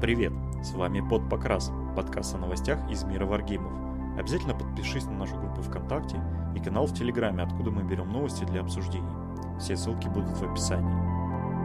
Привет! С вами Подпокрас, подкаст о новостях из мира варгеймов. Обязательно подпишись на нашу группу ВКонтакте и канал в Телеграме, откуда мы берем новости для обсуждений. Все ссылки будут в описании.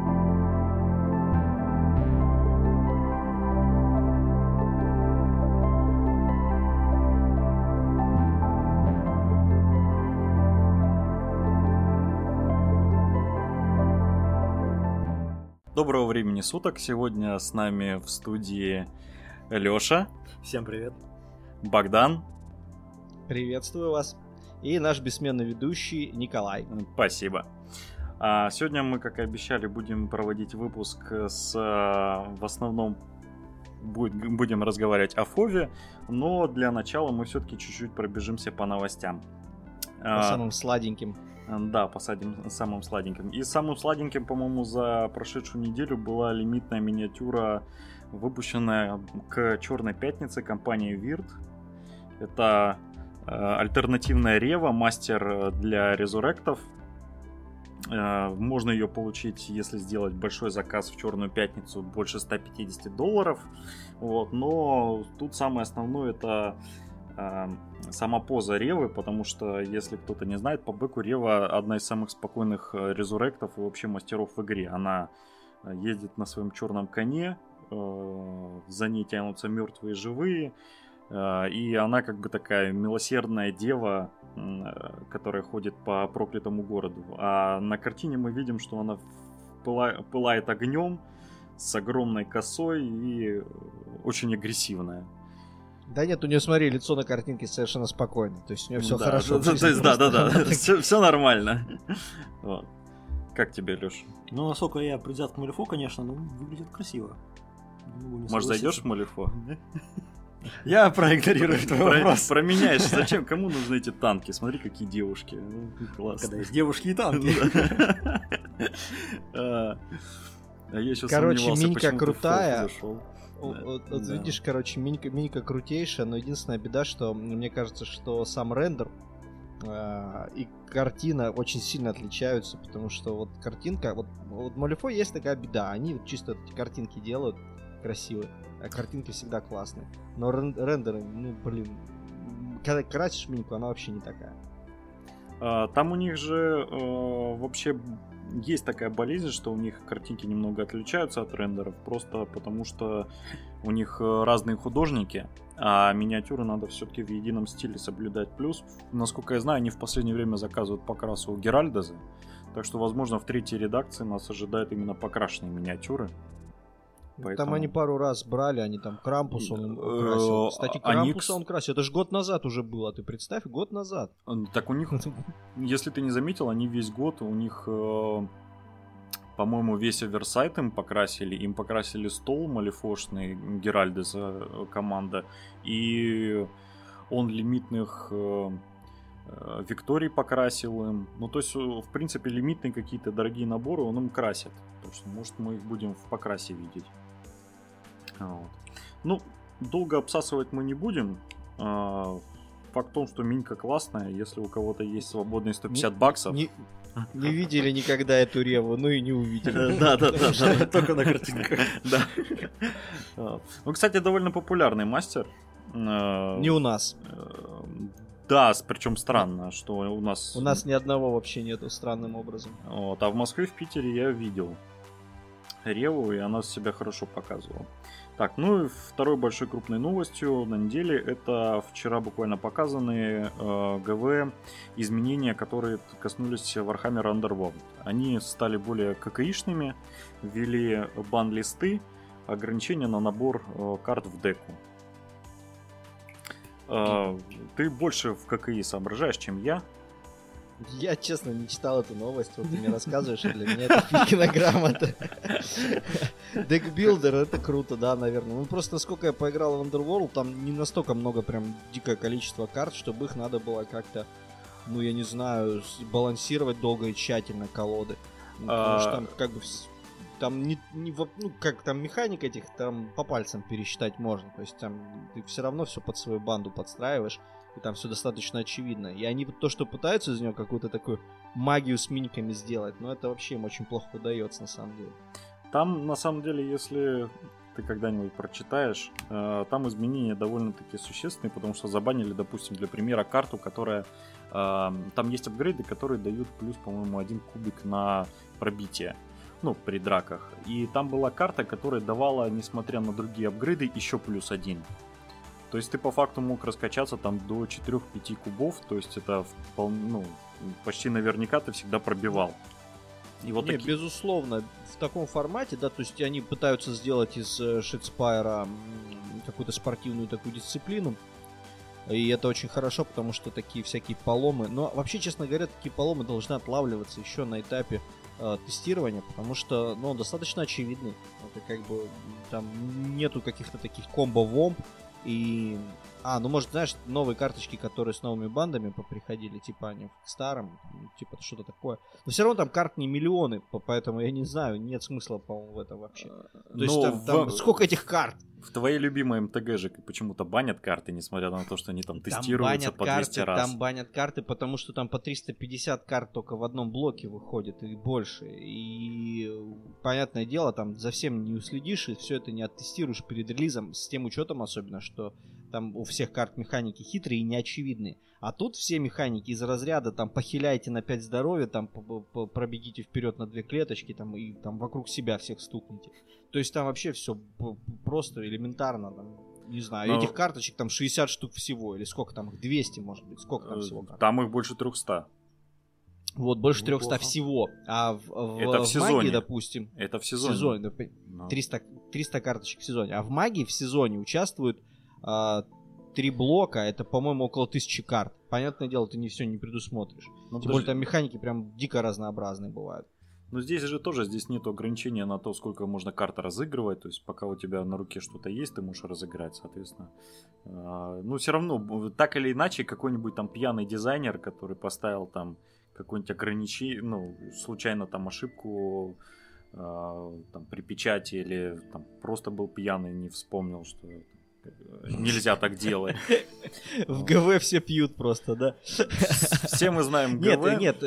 Доброго времени суток. Сегодня с нами в студии Лёша. Всем привет. Богдан. Приветствую вас. И наш бессменный ведущий Николай. Спасибо. Сегодня мы, как и обещали, будем проводить выпуск в основном будем разговаривать о Фове, но для начала мы все-таки чуть-чуть пробежимся по новостям. По самым сладеньким. Да, самым сладеньким. И самым сладеньким, по-моему, за прошедшую неделю была лимитная миниатюра, выпущенная к Черной Пятнице компанией Weird. Это альтернативная Рева, мастер для резурректов. Можно ее получить, если сделать большой заказ в Черную Пятницу, больше $150. Вот. Но тут самое основное — это сама поза Ревы, потому что, если кто-то не знает, по бэку Рева одна из самых спокойных резурректов и вообще мастеров в игре. Она ездит на своем черном коне, за ней тянутся мертвые и живые, и она как бы такая милосердная дева, которая ходит по проклятому городу. А на картине мы видим, что она пылает огнем с огромной косой и очень агрессивная. Да нет, у нее, смотри, лицо на картинке совершенно спокойно. То есть у нее все хорошо. Да, все нормально. Вот. Как тебе, Леш? Ну, насколько я придят к Малифо, конечно, но выглядит красиво. Может, зайдешь в Малифо? Я проигнорирую твой вопрос. Променяешь. Зачем? Кому нужны эти танки? Смотри, какие девушки. Классно. Когда есть девушки и танки. Короче, Минька крутая. Вот видишь, короче, Минька крутейшая, но единственная беда, что мне кажется, что сам рендер и картина очень сильно отличаются, потому что вот картинка, вот Малифо есть такая беда, они вот чисто эти картинки делают красивые, а картинки всегда классные, но рендеры, когда красишь Миньку, она вообще не такая. Там у них же вообще есть такая болезнь, что у них картинки немного отличаются от рендеров, просто потому что у них разные художники, а миниатюры надо все-таки в едином стиле соблюдать. Плюс, насколько я знаю, они в последнее время заказывают покрас у Геральдеза, так что, возможно, в третьей редакции нас ожидают именно покрашенные миниатюры. Поэтому... Там они пару раз брали, они там Крампус он красил. Кстати, Крампуса он красил. Это же год назад уже было, ты представь, год назад. Так у них, если ты не заметил, они весь год, у них, по-моему, весь оверсайт им покрасили стол малифошный, Геральдеса команда, и он лимитных Викторий покрасил им. Ну, то есть, в принципе, лимитные какие-то дорогие наборы он им красит. Так что, может, мы их будем в покрасе видеть. Вот. Ну, долго обсасывать мы не будем. Факт в том, что Минька классная. Если у кого-то есть свободные $150... Не видели никогда эту Реву, ну и не увидели. Да. Только на картинках. Ну, кстати, довольно популярный мастер. Не у нас. Да, причем странно, что у нас... У нас ни одного вообще нету, странным образом. Вот, а в Москве, в Питере я видел Реву, и она себя хорошо показывала. Так, ну и второй большой крупной новостью на неделе — это вчера буквально показанные ГВ изменения, которые коснулись Warhammer Underworld. Они стали более ККИшными, ввели бан-листы, ограничения на набор карт в деку. Ты больше в ККИ соображаешь, чем я. Я, честно, не читал эту новость. Вот ты мне рассказываешь, и для меня это Фикина грамота. Декбилдер — это круто, да, наверное. Ну, просто насколько я поиграл в Underworld, там не настолько много прям дикое количество карт, чтобы их надо было как-то, ну, я не знаю, балансировать долго и тщательно колоды. Потому что там как бы... Там как там механика этих, там по пальцам пересчитать можно. То есть там ты все равно все под свою банду подстраиваешь, и там все достаточно очевидно. И они то, что пытаются из него какую-то такую магию с миниками сделать, но это вообще им очень плохо удается на самом деле. Там, на самом деле, если ты когда-нибудь прочитаешь. Там изменения довольно-таки существенные, потому что забанили, допустим, для примера карту, которая... Там есть апгрейды, которые дают плюс, по-моему, 1 кубик на пробитие. Ну, при драках. И там была карта, которая давала, несмотря на другие апгрейды, еще плюс 1. То есть ты по факту мог раскачаться там до 4-5 кубов. То есть это почти наверняка ты всегда пробивал. И вот безусловно, в таком формате, да, то есть они пытаются сделать из Шитспайра какую-то спортивную такую дисциплину. И это очень хорошо, потому что такие всякие поломы... Но вообще, честно говоря, такие поломы должны отлавливаться еще на этапе тестирования, потому что, ну, достаточно очевидны. Это как бы там нету каких-то таких комбо-вомб. И... ну, может, знаешь, новые карточки, которые с новыми бандами поприходили, типа они к старым, типа что-то такое. Но все равно там карт не миллионы, поэтому я не знаю, нет смысла, по-моему, в этом вообще. То есть там сколько этих карт? В твоей любимой МТГ же почему-то банят карты, несмотря на то, что они там тестируются по 200 раз. Там банят карты, потому что там по 350 карт только в одном блоке выходит и больше. И, понятное дело, там за всем не уследишь и все это не оттестируешь перед релизом, с тем учетом особенно, что там у всех карт механики хитрые и неочевидные. А тут все механики из разряда, там, похиляйте на 5 здоровья, там, пробегите вперед на 2 клеточки, там, и там вокруг себя всех стукните. То есть там вообще все просто элементарно, там, не знаю, этих карточек там 60 штук всего, или сколько там их, 200, может быть, сколько там всего карт? Там их больше 300. Вот, больше 300 всего. А в магии, допустим... Это в сезоне. 300 карточек в сезоне. А в магии в сезоне участвуют 3 блока, это, по-моему, около 1000 карт. Понятное дело, ты все не предусмотришь. Тем более там механики прям дико разнообразные бывают. Но здесь же тоже нет ограничения на то, сколько можно карт разыгрывать. То есть пока у тебя на руке что-то есть, ты можешь разыграть, соответственно. Ну, все равно, так или иначе, какой-нибудь там пьяный дизайнер, который поставил там какое-нибудь ограничение, ну, случайно там ошибку там, при печати или там просто был пьяный, не вспомнил, что нельзя так делать. В ГВ все пьют просто, да? Все мы знаем ГВ. Нет,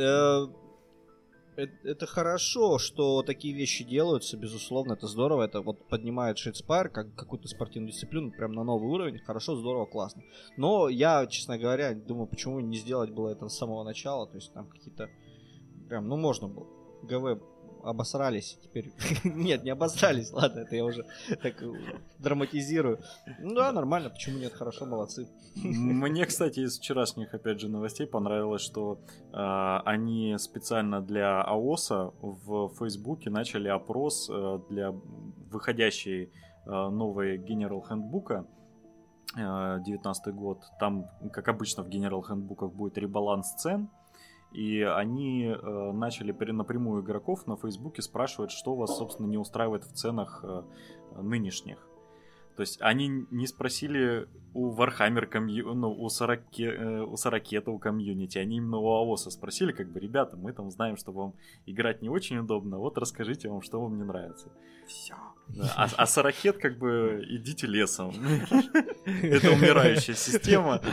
это хорошо, что такие вещи делаются, безусловно, это здорово, это вот поднимает Shadespire как какую-то спортивную дисциплину прям на новый уровень, хорошо, здорово, классно. Но я, честно говоря, думаю, почему не сделать было это с самого начала, то есть там какие-то прям, ну, можно было. ГВ обосрались теперь. Нет, не обосрались, ладно, это я уже так драматизирую. Ну да, нормально, почему нет, хорошо, молодцы. Мне, кстати, из вчерашних, опять же, новостей понравилось, что они специально для АОСа в Фейсбуке начали опрос для выходящей новой General Handbook'а 19 год. Там, как обычно, в General Handbook'ах будет ребаланс цен. И они начали напрямую игроков на Фейсбуке спрашивать, что вас, собственно, не устраивает в ценах нынешних. То есть они не спросили у Warhammer у Сорокета, у комьюнити, они именно у АОСа спросили, как бы, ребята, мы там знаем, что вам играть не очень удобно, вот расскажите вам, что вам не нравится. Все. Да. А Сорокет, как бы, идите лесом. Это умирающая система.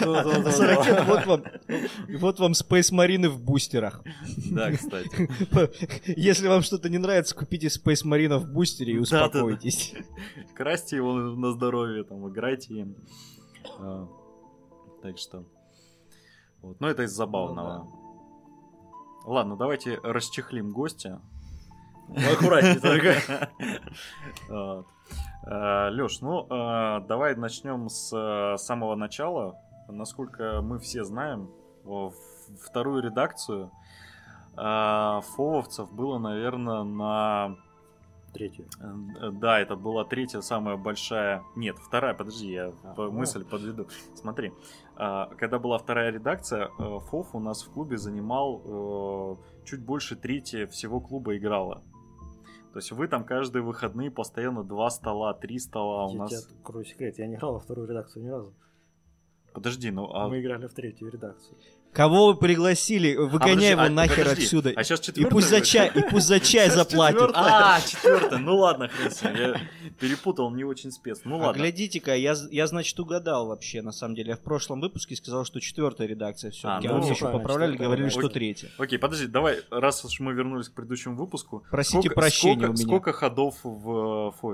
Сорокет, вот вам Space Marine в бустерах. Да, кстати. Если вам что-то не нравится, купите Space Marine в бустере и успокойтесь. Красьте его на здоровье, там, играйте им. Так что... Вот. Но это из забавного. Ладно, давайте расчехлим гостя. Аккуратнее только. Лёш, ну давай начнем с самого начала. Насколько мы все знаем, вторую редакцию фововцев было, наверное, на... Третью. Да, это была третья самая большая... Нет, вторая, подожди, я мысль подведу. Смотри, когда была вторая редакция, Фов у нас в клубе занимал чуть больше трети всего клуба играла. То есть вы там каждые выходные постоянно 2 стола, 3 стола у нас... Я открою секрет, я не играл во вторую редакцию ни разу. Подожди, ну... Мы играли в третью редакцию. Кого вы пригласили? Выгоняй его нахер отсюда. А сейчас и пусть за чай заплатит. Четвертая. Ну ладно, хрен с ним. Я перепутал, не очень спец. Ну ладно. Глядите-ка, я, значит, угадал вообще, на самом деле. Я в прошлом выпуске сказал, что 4-я редакция все-таки. А вы еще поправляли, говорили, что 3-я. Окей, подожди, давай, раз уж мы вернулись к предыдущему выпуску. Просите прощения у меня. Сколько ходов в Фове?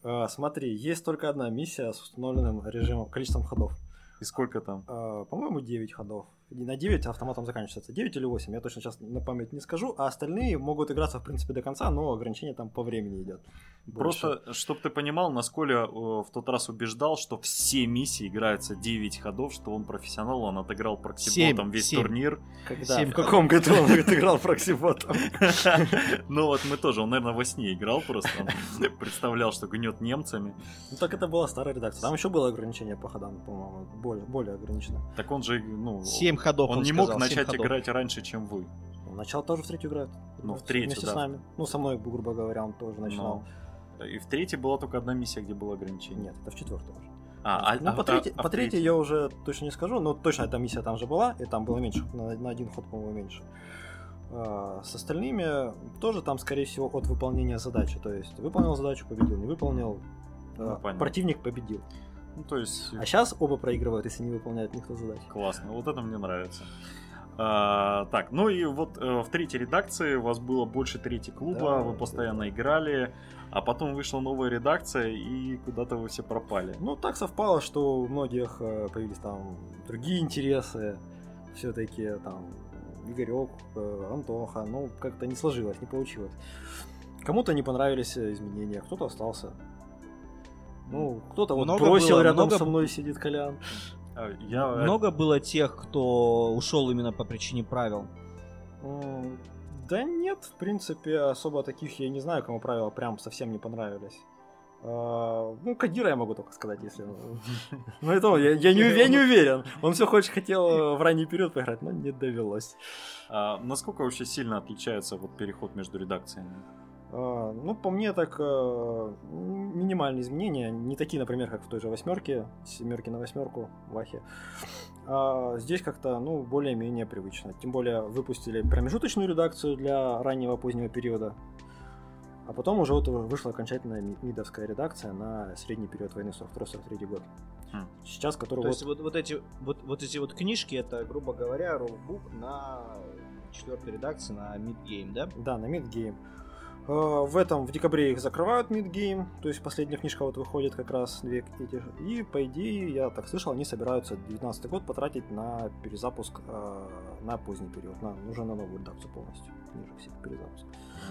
Смотри, есть только одна миссия с установленным режимом, количеством ходов. И сколько там? По-моему, 9 ходов. И на 9 автоматом заканчивается. 9 или 8, я точно сейчас на память не скажу. А остальные могут играться, в принципе, до конца, но ограничение там по времени идет. Просто, чтобы ты понимал, насколько в тот раз убеждал, что все миссии играются 9 ходов, что он профессионал, он отыграл проксиботом весь турнир. Когда? В каком году он отыграл проксиботом? Ну вот мы тоже, он, наверное, во сне играл просто, он представлял, что гнет немцами. Ну так это была старая редакция. Там еще было ограничение по ходам, по-моему, более ограничено. Так он же, ну... 7 ходов он не мог начать играть раньше, чем вы. Начало тоже в третью играет. Ну, в третью, вместе да. с нами. Ну, со мной, грубо говоря, он тоже начинал. И в третьей была только одна миссия, где было ограничение. Нет, это в четвертой уже. По третьей я уже точно не скажу, но точно эта миссия там же была, и там было меньше, на один ход, по-моему, меньше. С остальными тоже там, скорее всего, от выполнения задачи. То есть выполнил задачу, победил, не выполнил, противник победил. Ну, то есть... А сейчас оба проигрывают, если не выполняет никто задачи. Классно, вот это мне нравится. Так, ну и вот в третьей редакции у вас было больше трети клуба, да, вы постоянно играли, а потом вышла новая редакция, и куда-то вы все пропали. Ну, так совпало, что у многих появились там другие интересы, все-таки там Игорек, Антоха, ну, как-то не сложилось, не получилось. Кому-то не понравились изменения, кто-то остался. Ну, кто-то вот бросил, рядом со мной сидит Колян. Много было тех, кто ушел именно по причине правил? Да нет, в принципе, особо таких я не знаю, кому правила прям совсем не понравились. Ну, Кадира я могу только сказать, если... Ну, это я не уверен. Он все хотел в ранний период поиграть, но не довелось. Насколько вообще сильно отличается вот переход между редакциями? Ну, по мне, так минимальные изменения. Не такие, например, как в той же восьмерке, с семерки на восьмерку в Ахе. Здесь как-то, ну, более-менее привычно. Тем более выпустили промежуточную редакцию для раннего позднего периода. А потом уже вот вышла окончательная мидовская редакция на средний период войны 42-43 год. Сейчас, который То есть вот эти вот книжки, это, грубо говоря, роллбук на четвертой редакции, на Midgame, да? Да, на Midgame. В декабре их закрывают Midgame, то есть последняя книжка вот выходит как раз две эти. И по идее, я так слышал, они собираются 19 год потратить на перезапуск на поздний период, уже на новую редакцию полностью книжек всех перезапуск.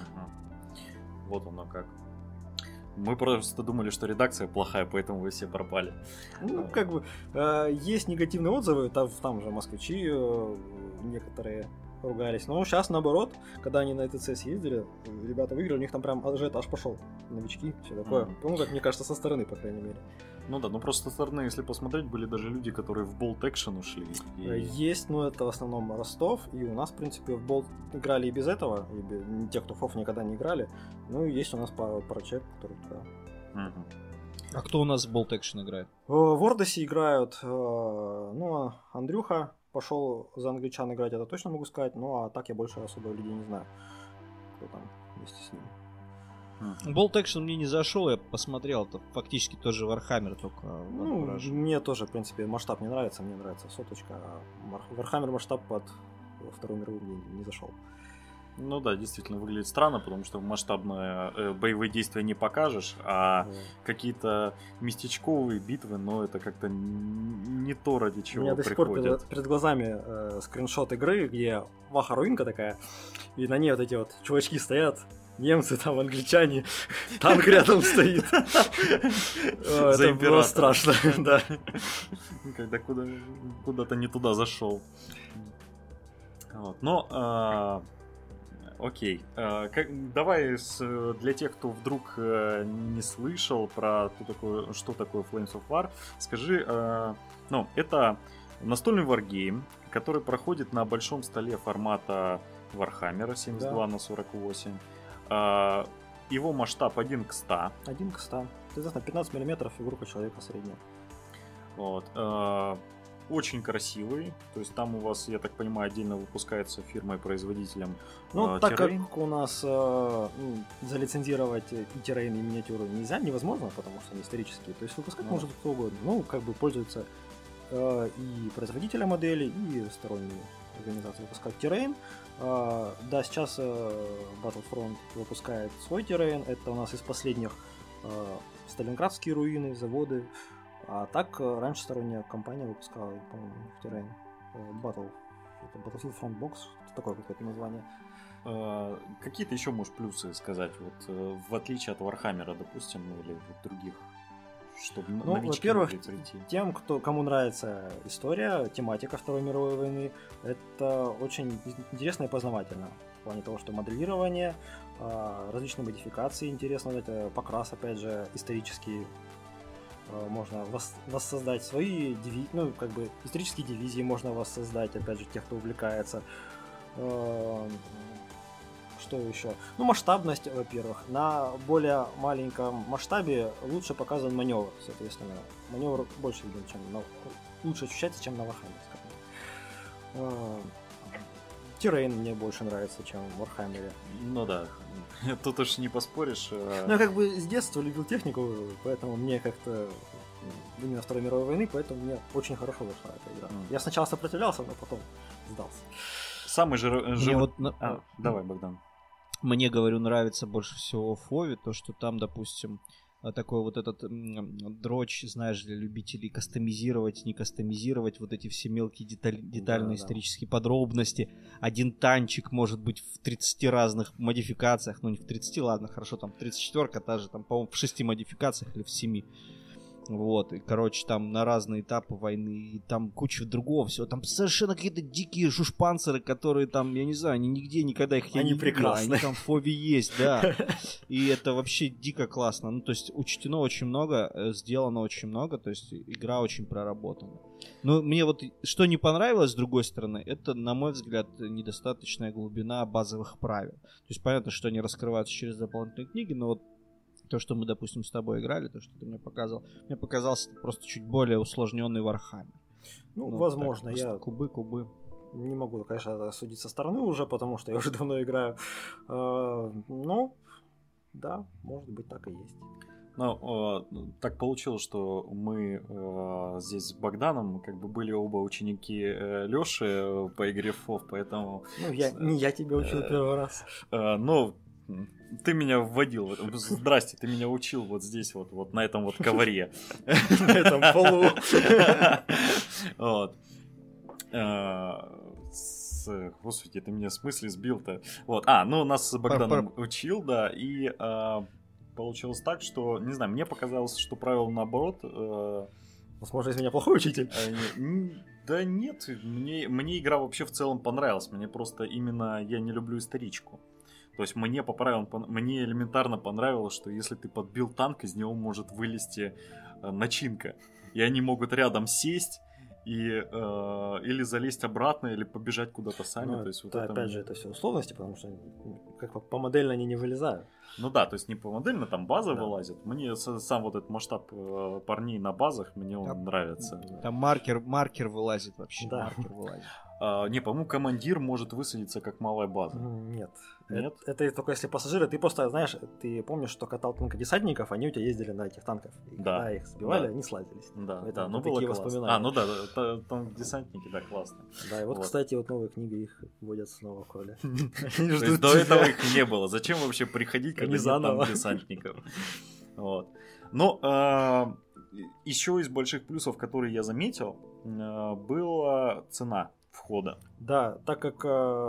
Вот оно как. Мы просто думали, что редакция плохая, поэтому вы все пропали. Ну, как бы, есть негативные отзывы, там же москвичи некоторые ругались. Но сейчас наоборот, когда они на ЭТЦ съездили, ребята выиграли, у них там прям ажиотаж пошел. Новички, все такое. Ну, как мне кажется, со стороны, по крайней мере. Ну да, ну просто со стороны, если посмотреть, были даже люди, которые в Bolt Action ушли. Есть, но это в основном Ростов, и у нас, в принципе, в Bolt играли и без этого, и те, кто Хофф никогда не играли. Ну, есть у нас пара человек, которые туда. А кто у нас в Bolt Action играет? В Ордосе играют, ну, Андрюха пошел за англичан играть, это точно могу сказать, ну, а так я больше особо людей не знаю, кто там вместе с ним. Bolt Action мне не зашел, я посмотрел, это фактически тоже Warhammer, только мне тоже, в принципе, масштаб не нравится, мне нравится соточка, а Warhammer масштаб под Вторую мировую мне не зашел. Ну да, действительно выглядит странно, потому что масштабные боевые действия не покажешь, а какие-то местечковые битвы, но это как-то не то, ради чего приходят. У меня до сих пор перед глазами скриншот игры, где Ваха-руинка такая, и на ней вот эти вот чувачки стоят, немцы, там англичане, танк рядом стоит. Это было страшно, да. Когда куда-то не туда зашел. Но... Окей. Давай для тех, кто вдруг не слышал про что такое Flames of War, скажи, это настольный варгейм, который проходит на большом столе формата Warhammer 72 на 48. Его масштаб 1 к 100. 1 к 100. Соответственно, 15 мм фигурка человека средняя. Вот. Очень красивый, то есть там у вас, я так понимаю, отдельно выпускается фирмой-производителем. Ну, так Terrain. Как у нас залицензировать и Terrain, и миниатюру невозможно, потому что они исторические, то есть выпускать может кто угодно. Ну, как бы пользуются и производителя модели, и сторонние организации выпускают Terrain. Да, сейчас Battlefront выпускает свой Terrain, это у нас из последних сталинградские руины, заводы. А так раньше сторонняя компания выпускала, по-моему, Terrain Battle. Это Battlefield Front Box, такое какое-то название. Какие-то еще можешь плюсы сказать, вот в отличие от Warhammer, допустим, или других, чтобы новички во-первых, могли прийти? Тем, кому нравится история, тематика Второй мировой войны, это очень интересно и познавательно. В плане того, что моделирование, различные модификации интересно, это покрас, опять же, исторический. Можно воссоздать свои исторические дивизии можно воссоздать, опять же, тех, кто увлекается. Что еще? Масштабность, во-первых. На более маленьком масштабе лучше показан маневр, соответственно. Маневр больше виден, лучше ощущается, чем на Warhammer, скажем. Terrain мне больше нравится, чем в Warhammer. Ну да, тут уж не поспоришь. Я с детства любил технику, поэтому мне как-то именно Второй мировой войны, поэтому мне очень хорошо вышла эта игра. Я сначала сопротивлялся, но потом сдался. Самый давай, Богдан. Мне, говорю, нравится больше всего в Вове то, что там, допустим, такой вот этот дрочь, знаешь, для любителей кастомизировать, не кастомизировать, вот эти все мелкие детальные исторические подробности. Один танчик может быть в 30 разных модификациях, не в 30, ладно, хорошо, там 34-ка та же, там, по-моему, в 6 модификациях или в 7. Вот, и, короче, там на разные этапы войны, и там куча другого всего. Там совершенно какие-то дикие жушпанцеры, которые там, я не знаю, они нигде никогда их не прекрасны. Они там в Фове есть, да. И это вообще дико классно. То есть учтено очень много, сделано очень много, то есть игра очень проработана. Но мне вот что не понравилось, с другой стороны, это, на мой взгляд, недостаточная глубина базовых правил. То есть понятно, что они раскрываются через дополнительные книги, но вот то, что мы, допустим, с тобой играли, то, что ты мне показал, мне показался просто чуть более усложненный Warhammer. Возможно, так, я... Кубы. Не могу, конечно, судить со стороны уже, потому что я уже давно играю. Да, может быть, так и есть. Так получилось, что мы здесь с Богданом были оба ученики Лёши по игре ФОВ, поэтому... Не я тебя учил первый раз. Ты меня вводил, здрасте, ты меня учил вот здесь, вот на этом вот ковре. На этом полу. Господи, ты меня в смысле сбил-то? Нас с Богданом учил, да, и получилось так, что, не знаю, мне показалось, что правило наоборот. Возможно, из меня плохой учитель. Да нет, мне игра вообще в целом понравилась, мне просто именно я не люблю историчку. То есть мне по правилам, мне элементарно понравилось, что если ты подбил танк, из него может вылезти начинка. И они могут рядом сесть или залезть обратно, или побежать куда-то сами. То есть, опять же, это все условности, потому что по модельно они не вылезают. То есть не по модельно, там база вылазит. Мне сам вот этот масштаб парней на базах, мне он нравится. Там маркер вылазит вообще. Да. Маркер вылазит. По-моему, командир может высадиться как малая база. Нет. Это только если пассажиры. Ты просто, знаешь, ты помнишь, что катал танкодесантников, они у тебя ездили на этих танках. И когда их сбивали, они слазились. Да, было такие воспоминания. Танкодесантники, да, классно. Да, и кстати, новые книги их вводят снова в роли. До этого их не было. Зачем вообще приходить, когда нет танкодесантников? Но еще из больших плюсов, которые я заметил, была цена входа. Да, так как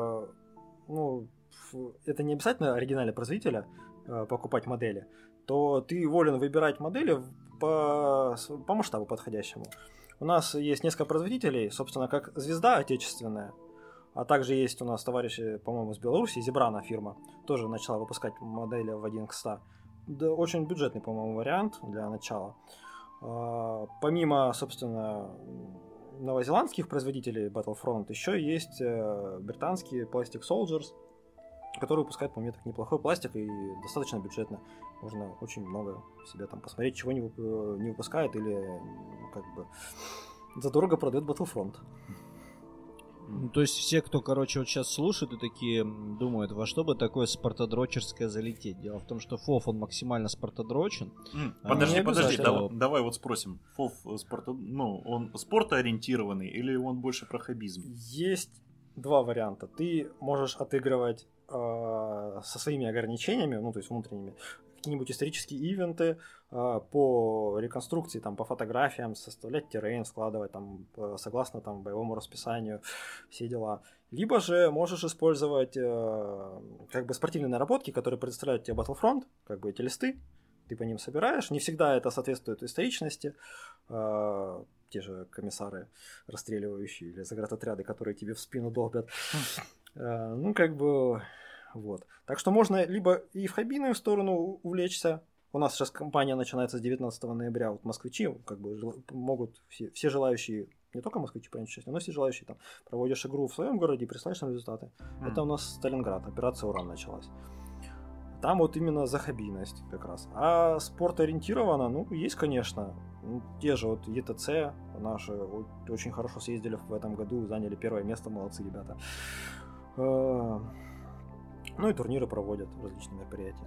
это не обязательно оригинальный производителя покупать модели, то ты волен выбирать модели по масштабу подходящему. У нас есть несколько производителей, собственно, как Звезда отечественная, а также есть у нас товарищи, по-моему, из Беларуси, Зебрана фирма, тоже начала выпускать модели в 1 к 100. Да, очень бюджетный, по-моему, вариант для начала. Помимо, собственно, новозеландских производителей Battlefront, еще есть британские Plastic Soldiers, которые выпускают, по мне, так неплохой пластик и достаточно бюджетно. Можно очень много себе там посмотреть, чего не выпускает или задорого продает Battlefront. То есть все, кто, вот сейчас слушает и такие думают, во что бы такое спартадрочерское залететь. Дело в том, что ФОВ, он максимально спартадрочен. Подожди, давай вот спросим. ФОВ, он спортоориентированный или он больше про хоббизм? Есть два варианта. Ты можешь отыгрывать со своими ограничениями, то есть внутренними, какие-нибудь исторические ивенты по реконструкции, там, по фотографиям, составлять террейн, складывать там, согласно там, боевому расписанию, все дела. Либо же можешь использовать как бы спортивные наработки, которые предоставляют тебе Battlefront, как бы эти листы, ты по ним собираешь. Не всегда это соответствует историчности. Те же комиссары, расстреливающие, или заградотряды, которые тебе в спину долбят. Ну, как бы, вот. Так что можно либо и в хоббийную сторону увлечься. У нас сейчас кампания начинается с 19 ноября. Вот москвичи, как бы, могут все желающие, не только москвичи принять участие, но все желающие там, проводишь игру в своем городе и присылаешь нам результаты. Это у нас Сталинград, операция «Уран» началась. Там вот именно за хоббийность как раз. А спорт-ориентировано, ну, есть, конечно. Ну, те же вот ЕТЦ наши очень хорошо съездили в этом году, заняли первое место, молодцы ребята. Ну и турниры проводят, различные мероприятия.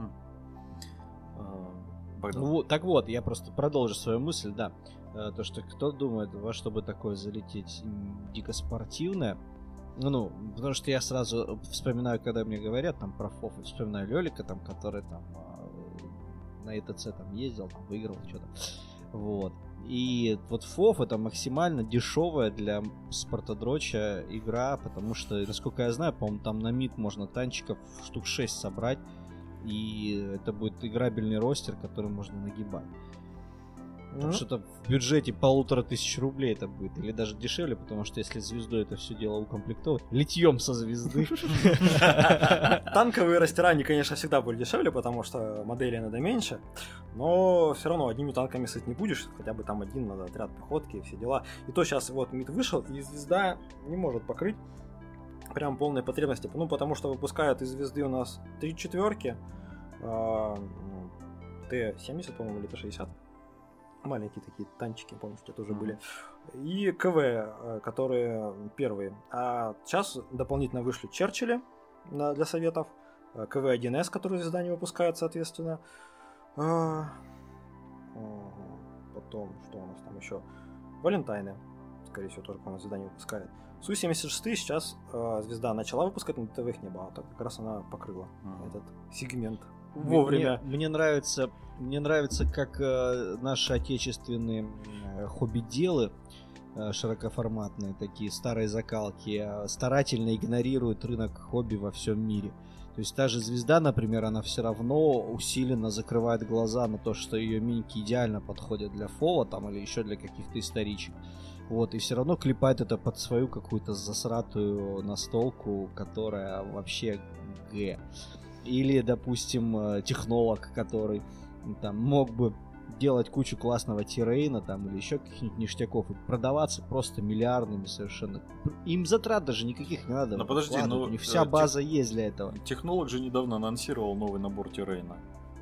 Ну, так вот, я просто продолжу свою мысль, да. То, что кто думает, во что бы такое залететь дико спортивное. Ну, потому что я сразу вспоминаю, когда мне говорят там про ФОФ, вспоминаю Лёлика, там, который там на ЕТЦ там ездил, там выиграл что-то. Вот. И вот ФОФ это максимально дешевая для спортодроча игра, потому что, насколько я знаю, по-моему, там на МИД можно танчиков штук 6 собрать, и это будет играбельный ростер, который можно нагибать. Там что-то в бюджете 1500 рублей это будет, или даже дешевле, потому что если звезду это все дело укомплектовать, литьем со звезды. Танковые ростера, они, конечно, всегда были дешевле, потому что модели надо меньше, но все равно одними танками сыт не будешь, хотя бы там один надо отряд пехотки, все дела. И то сейчас вот МИД вышел, и звезда не может покрыть прям полной потребности, ну потому что выпускают из звезды у нас 3 четверки, Т-70, по-моему, или Т-60. Маленькие такие танчики, помните, тоже были. И КВ, которые первые. А сейчас дополнительно вышли Черчилли для советов. КВ-1С, который звезда не выпускает, соответственно. Потом, что у нас там еще? Валентайны, скорее всего, тоже, по-моему, звезда не выпускает. Су-76 сейчас звезда начала выпускать, но ТВ их не было. Так как раз она покрыла этот сегмент. Вовремя. Мне нравится, как наши отечественные хобби-делы, широкоформатные такие старые закалки, старательно игнорируют рынок хобби во всем мире. То есть та же звезда, например, она все равно усиленно закрывает глаза на то, что ее миньки идеально подходят для фола там, или еще для каких-то историчек. Вот, и все равно клепает это под свою какую-то засратую настолку, которая вообще г. Или, допустим, технолог, который там мог бы делать кучу классного террейна там, или еще каких-нибудь ништяков и продаваться просто миллиардными совершенно. Им затрат даже никаких не надо. Но подожди, у них вся база есть для этого. Технолог же недавно анонсировал новый набор террейна.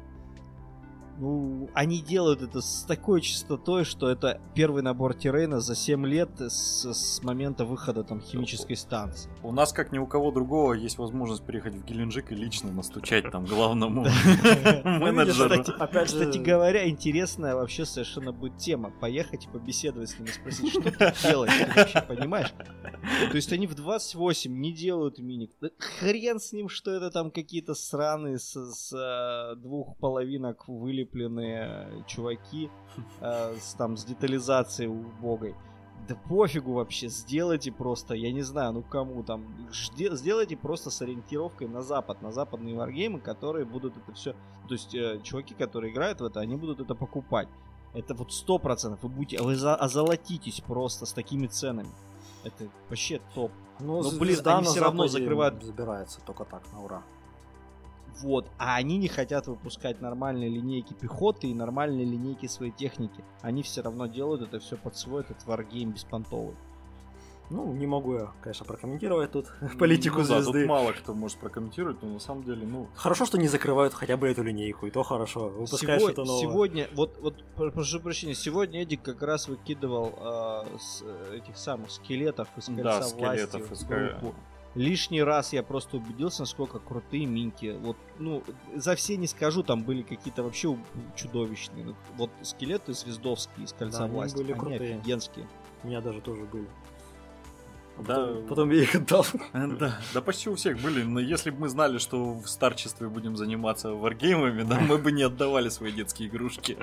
Ну, они делают это с такой частотой, что это первый набор террейна за 7 лет с момента выхода там химической станции. У нас, как ни у кого другого, есть возможность приехать в Геленджик и лично настучать там главному менеджеру. Кстати говоря, интересная вообще совершенно будет тема. Поехать и побеседовать с ними, спросить, что ты делаешь, ты вообще понимаешь? То есть они в 28 не делают миник. Хрен с ним, что это там какие-то сраные с двух половинок вылепленные чуваки с детализацией убогой. Да пофигу вообще, сделайте просто, я не знаю, ну кому там, сделайте просто с ориентировкой на запад, на западные варгеймы, которые будут это все, то есть чуваки, которые играют в это, они будут это покупать. Это вот 100%, вы озолотитесь просто с такими ценами. Это вообще топ. Ну, блин, они все равно закрывают. Забирается только так, на ура. Вот, а они не хотят выпускать нормальные линейки пехоты и нормальные линейки своей техники. Они все равно делают это все под свой этот варгейм беспонтовый. Ну, не могу я, конечно, прокомментировать тут политику звезды. Да, тут мало кто может прокомментировать, но на самом деле, ну... Хорошо, что не закрывают хотя бы эту линейку, и то хорошо. Выпускаешь что-то новое. Сегодня, вот, прошу прощения, сегодня Эдик как раз выкидывал этих самых скелетов из кольца власти в группу. Лишний раз я просто убедился, насколько крутые миньки. Вот, ну, за все не скажу, там были какие-то вообще чудовищные. Вот скелеты звездовские из кольца власти, были крутые. Офигенские. У меня даже тоже были. Да. Потом я их отдал. Да, почти у всех были. Но если бы мы знали, что в старчестве будем заниматься варгеймами, да, мы бы не отдавали свои детские игрушки.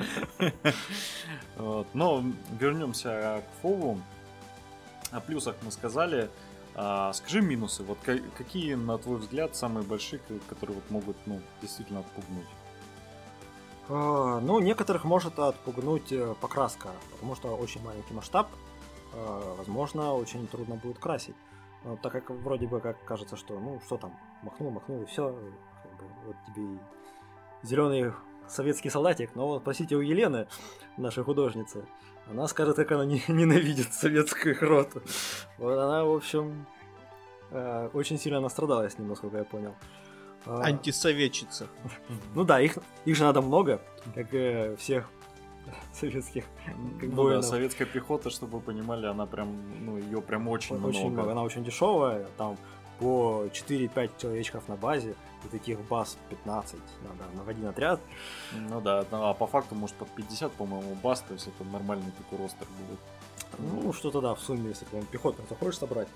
Но вернемся к Фову. О плюсах мы сказали. Скажи минусы. Вот какие, на твой взгляд, самые большие, которые вот могут действительно отпугнуть? Некоторых может отпугнуть покраска, потому что очень маленький масштаб. Возможно, очень трудно будет красить. Но так как вроде бы как кажется, что что там, махнул и все, вот тебе и зеленый советский солдатик. Но вот спросите у Елены, нашей художницы, она скажет, как она ненавидит советскую роту. Вот она, в общем, очень сильно настрадалась, насколько я понял. Антисоветчица. Их же надо много, как всех советских воинов. Да, советская пехота, чтобы вы понимали, она прям, ее прям очень много. Она очень дешевая, там по 4-5 человечков на базе, и таких баз 15 надо на один отряд. А по факту, может, под 50, по-моему, баз, то есть это нормальный такой ростер будет. Что-то да, в сумме, если ты пехоту захочешь собрать.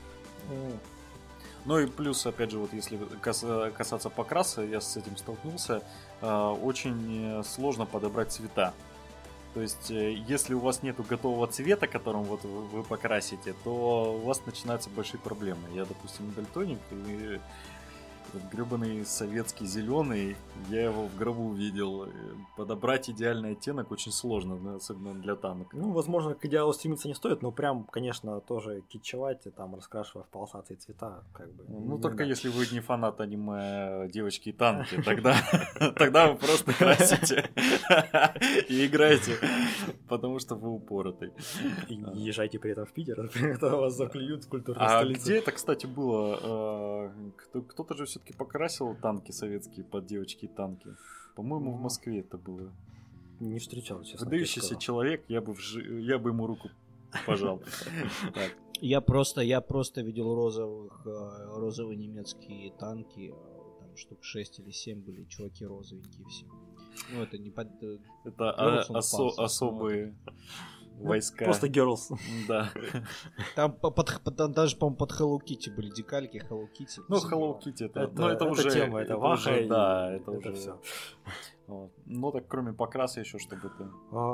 И плюс, опять же, вот если касаться покраса, я с этим столкнулся, очень сложно подобрать цвета. То есть, если у вас нету готового цвета, которым вот вы покрасите, то у вас начинаются большие проблемы. Я, допустим, дальтоник, и этот гребаный советский зеленый, я его в гробу видел. Подобрать идеальный оттенок очень сложно, особенно для танка. Возможно, к идеалу стремиться не стоит, но прям, конечно, тоже кичевать, там, раскрашивая в полосатые цвета, как бы. Только если вы не фанат аниме «Девочки и танки», тогда вы просто красите и играете, потому что вы упоротый. И езжайте при этом в Питер, это вас заклюют в культурной столице. Где это, кстати, было? Кто-то же все-таки покрасил танки советские под девочки и танки. По-моему, в Москве это было. Не встречал, честно. Выдающийся человек, я бы ему руку пожал. Я просто видел розовые немецкие танки. Там штук 6 или 7 были, чуваки розовенькие все. Это не под... Это особые войска. Просто girls. Да. Там даже, по-моему, под Hello Kitty были декальки Hello Kitty. Hello Kitty это уже тема, это Ваха. Да, это уже все. Так кроме покраса еще что-то ты...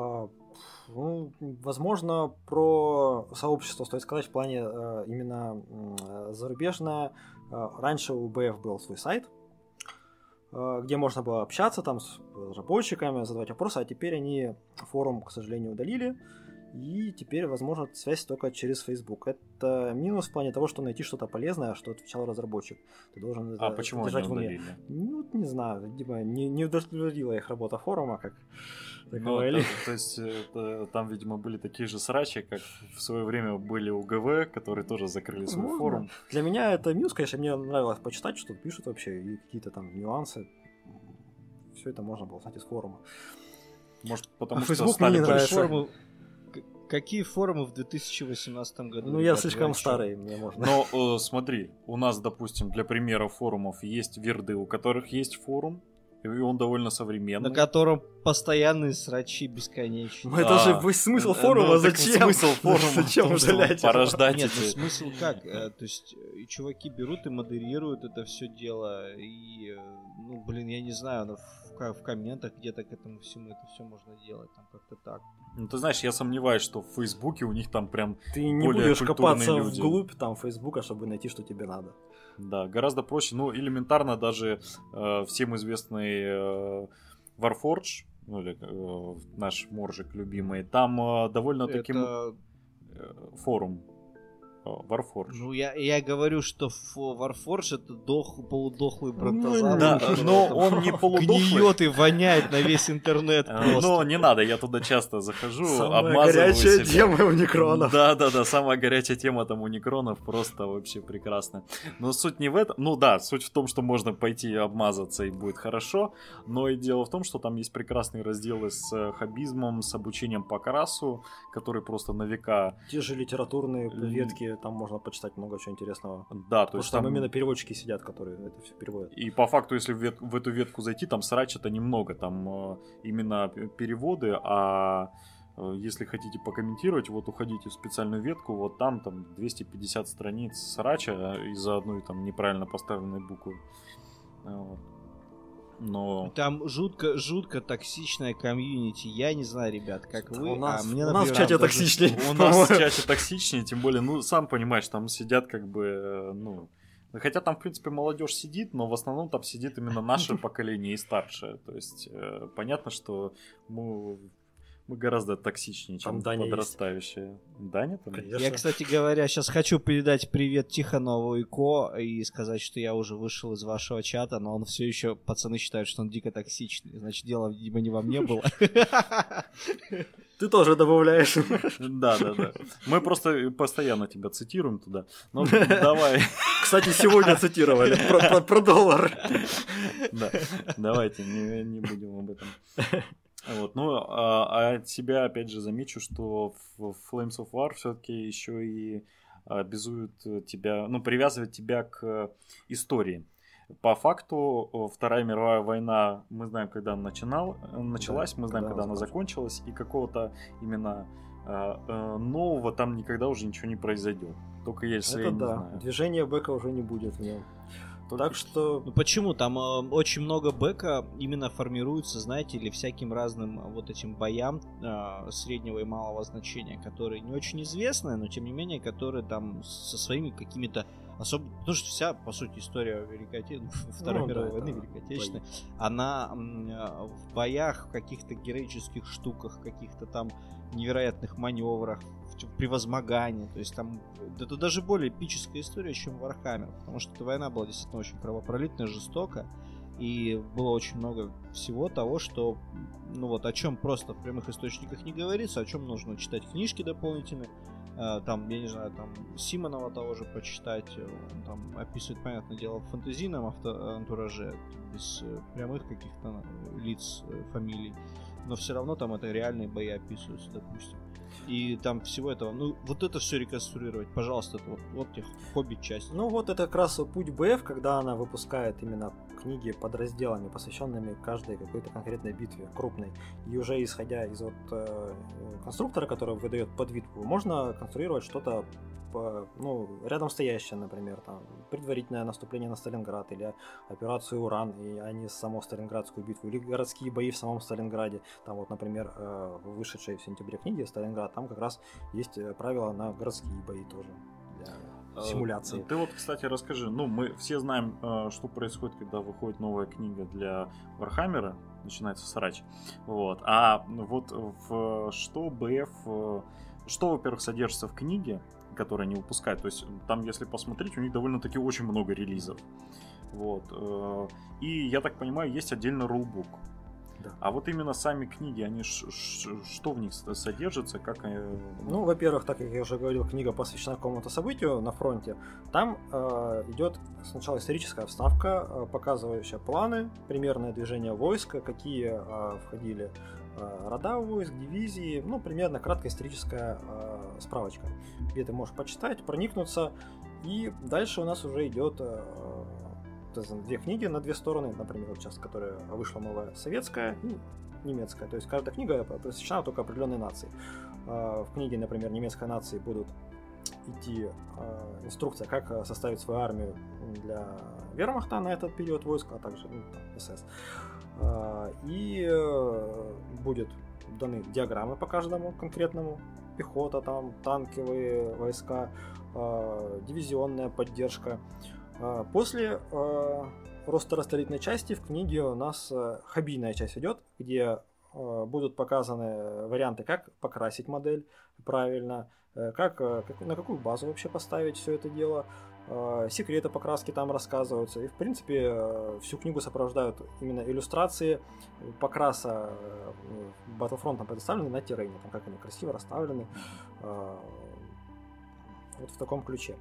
Возможно, про сообщество стоит сказать в плане именно зарубежное. Раньше у БФ был свой сайт, где можно было общаться там с разработчиками, задавать вопросы, а теперь они форум, к сожалению, удалили. И теперь, возможно, связь только через Facebook. Это минус в плане того, что найти что-то полезное, что отвечал разработчик. Ты должен это почему держать они в уме. удалили? Не знаю, видимо, не удовлетворила их работа форума, как то есть там, видимо, были такие же срачи, как в свое время были у ГВ, которые тоже закрыли свой форум. Для меня это минус, конечно, мне нравилось почитать, что пишут вообще, и какие-то там нюансы. Все это можно было узнать из форума. Может, потому что Facebook стали мне не нравится. Какие форумы в 2018 году? Я слишком старый, мне можно. Но смотри, у нас, допустим, для примера форумов есть верды, у которых есть форум, и он довольно современный. На котором постоянные срачи бесконечные. Это же весь смысл форума, зачем? Смысл форума, зачем удалять? Порождать Нет, смысл как? То есть, и чуваки берут и модерируют это все дело, и, я не знаю, в комментах где-то к этому всему это все можно делать, там как-то так. Ты знаешь, я сомневаюсь, что в Фейсбуке у них там прям ты не будешь копаться вглубь там Фейсбука, чтобы найти, что тебе надо. Да, гораздо проще. Элементарно даже всем известный Warforge, наш моржик любимый, там довольно-таки форум. Warforge. Я говорю, что Warforge это полудохлый братозавр. Да, но он не полудохлый. Гниет и воняет на весь интернет просто. Но не надо, я туда часто захожу, самая горячая тема у Некронов. Да, самая горячая тема там у Некронов, просто вообще прекрасно. Но суть не в этом. Суть в том, что можно пойти обмазаться и будет хорошо, но и дело в том, что там есть прекрасные разделы с хоббизмом, с обучением по красу, которые просто на века... Те же литературные ветки, там можно почитать много чего интересного. Да, то есть там именно переводчики сидят, которые это все переводят. И по факту, если в эту ветку зайти, там срач это немного, там именно переводы, а если хотите покомментировать, вот уходите в специальную ветку, вот там 250 страниц срача из-за одной там неправильно поставленной буквы. Вот. Но... Там жутко токсичная комьюнити. Я не знаю, ребят, как вы. У нас например, в чате токсичнее. У нас в чате токсичнее, тем более, сам понимаешь, там сидят как бы, хотя там, в принципе, молодежь сидит, но в основном там сидит именно наше поколение и старшее. То есть, понятно, что мы гораздо токсичнее, чем подрастающие. Даня там? Я, кстати говоря, сейчас хочу передать привет Тихонову и Ко и сказать, что я уже вышел из вашего чата, но он все еще, пацаны считают, что он дико токсичный. Значит, дело, видимо, не во мне было. Ты тоже добавляешь. Да. Мы просто постоянно тебя цитируем туда. Ну, давай. Кстати, сегодня цитировали про доллар. Да, давайте не будем об этом. Вот, от себя опять же замечу, что в Flames of War все-таки еще и обязуют тебя, привязывать тебя к истории. По факту Вторая мировая война, мы знаем, когда она началась, мы знаем, когда она закончилась, и какого-то именно нового там никогда уже ничего не произойдет. Только если это я не знаю. Движения бэка уже не будет в нем. Так что... Почему? Там очень много бэка именно формируется, знаете ли, всяким разным вот этим боям среднего и малого значения, которые не очень известны, но тем не менее, которые там со своими какими-то особо... Потому что вся, по сути, история Второй мировой войны, Великой Отечественной, она в боях, в каких-то героических штуках, каких-то там невероятных маневрах, превозмогания. То есть там это даже более эпическая история, чем Warhammer, потому что эта война была действительно очень кровопролитная, жестока, и было очень много всего того, что, о чем просто в прямых источниках не говорится, о чем нужно читать книжки дополнительные. Там, я не знаю, там Симонова того же почитать, он там описывает, понятное дело, в фэнтезийном антураже, без прямых каких-то лиц, фамилий, но все равно там это реальные бои описываются, допустим. И там всего этого, вот это все реконструировать, пожалуйста, это вот тех хобби-часть. Это как раз путь БФ, когда она выпускает именно книги подразделами, посвященными каждой какой-то конкретной битве, крупной. И уже исходя из конструктора, который выдает подбитву, можно конструировать что-то рядом стоящее, например, там, предварительное наступление на Сталинград или операцию Уран, а не саму Сталинградскую битву, или городские бои в самом Сталинграде. Там например, вышедшей в сентябре книги Сталинград, там как раз есть правила на городские бои тоже для симуляции. Ты кстати, расскажи, мы все знаем, что происходит, когда выходит новая книга для Вархаммера, начинается срач. А что БФ, что, во-первых, содержится в книге, которые они выпускают. То есть там, если посмотреть, у них довольно-таки очень много релизов. И, я так понимаю, есть отдельно рулбук. Да. А вот именно сами книги, они что в них содержится? Как... во-первых, так как я уже говорил, книга посвящена какому-то событию на фронте. Там идет сначала историческая вставка, показывающая планы, примерное движение войска, какие входили рода войск, дивизии, примерно краткая историческая справочка, где ты можешь почитать, проникнуться, и дальше у нас уже идет две книги на две стороны, например, сейчас, которая вышла новая, советская и немецкая, то есть каждая книга посвящена только определенной нации. В книге, например, немецкой нации будут идти инструкция, как составить свою армию для вермахта на этот период войск, а также СС. И будет даны диаграммы по каждому конкретному, пехота, там, танковые войска, дивизионная поддержка. После просто-растворительной части в книге у нас хоббийная часть идет, где будут показаны варианты, как покрасить модель правильно, на какую базу вообще поставить все это дело. Секреты покраски там рассказываются. И, в принципе, всю книгу сопровождают именно иллюстрации покраса Battlefront предоставлены на террене, там, как они красиво расставлены. Вот в таком ключе.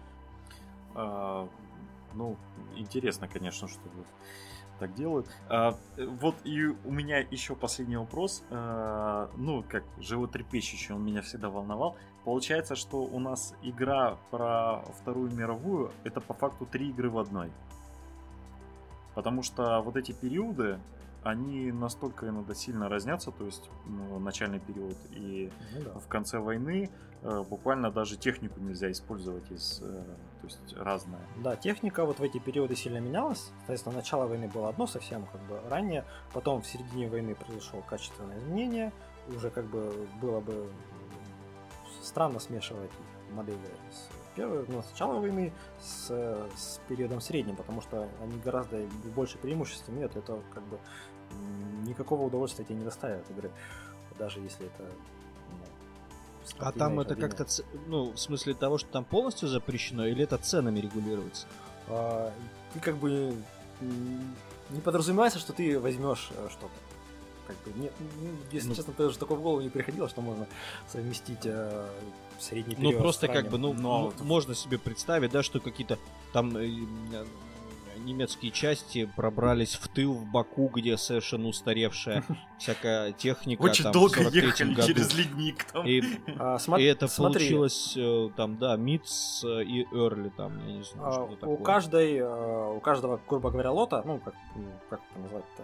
Интересно, конечно, что так делают. И у меня еще последний вопрос. Как животрепещущий, он меня всегда волновал. Получается, что у нас игра про Вторую мировую это по факту 3 игры в одной. Потому что вот эти периоды, они настолько иногда сильно разнятся, то есть начальный период и в конце войны буквально даже технику нельзя использовать, то есть разная. Да, техника вот в эти периоды сильно менялась. Соответственно, начало войны было одно совсем как бы ранее, потом в середине войны произошло качественное изменение, уже как бы было бы странно смешивать модели с начала войны с периодом средним, потому что они гораздо больше преимуществ имеют, это как бы никакого удовольствия тебе не доставит игры, даже если это... А там это как-то, в смысле того, что там полностью запрещено, или это ценами регулируется? Ты как бы не подразумевается, что ты возьмешь что-то. Как бы, если честно, даже такое в голову не приходило, что можно совместить средний период. Ну, просто как бы, можно себе представить, да, что какие-то там немецкие части пробрались в тыл в Баку, где совершенно устаревшая всякая техника. Очень долго ехали через ледник там. И это получилось там, да, Митц и Эрли там, я не знаю, что такое. У каждого, грубо говоря, лота, как это назвать-то,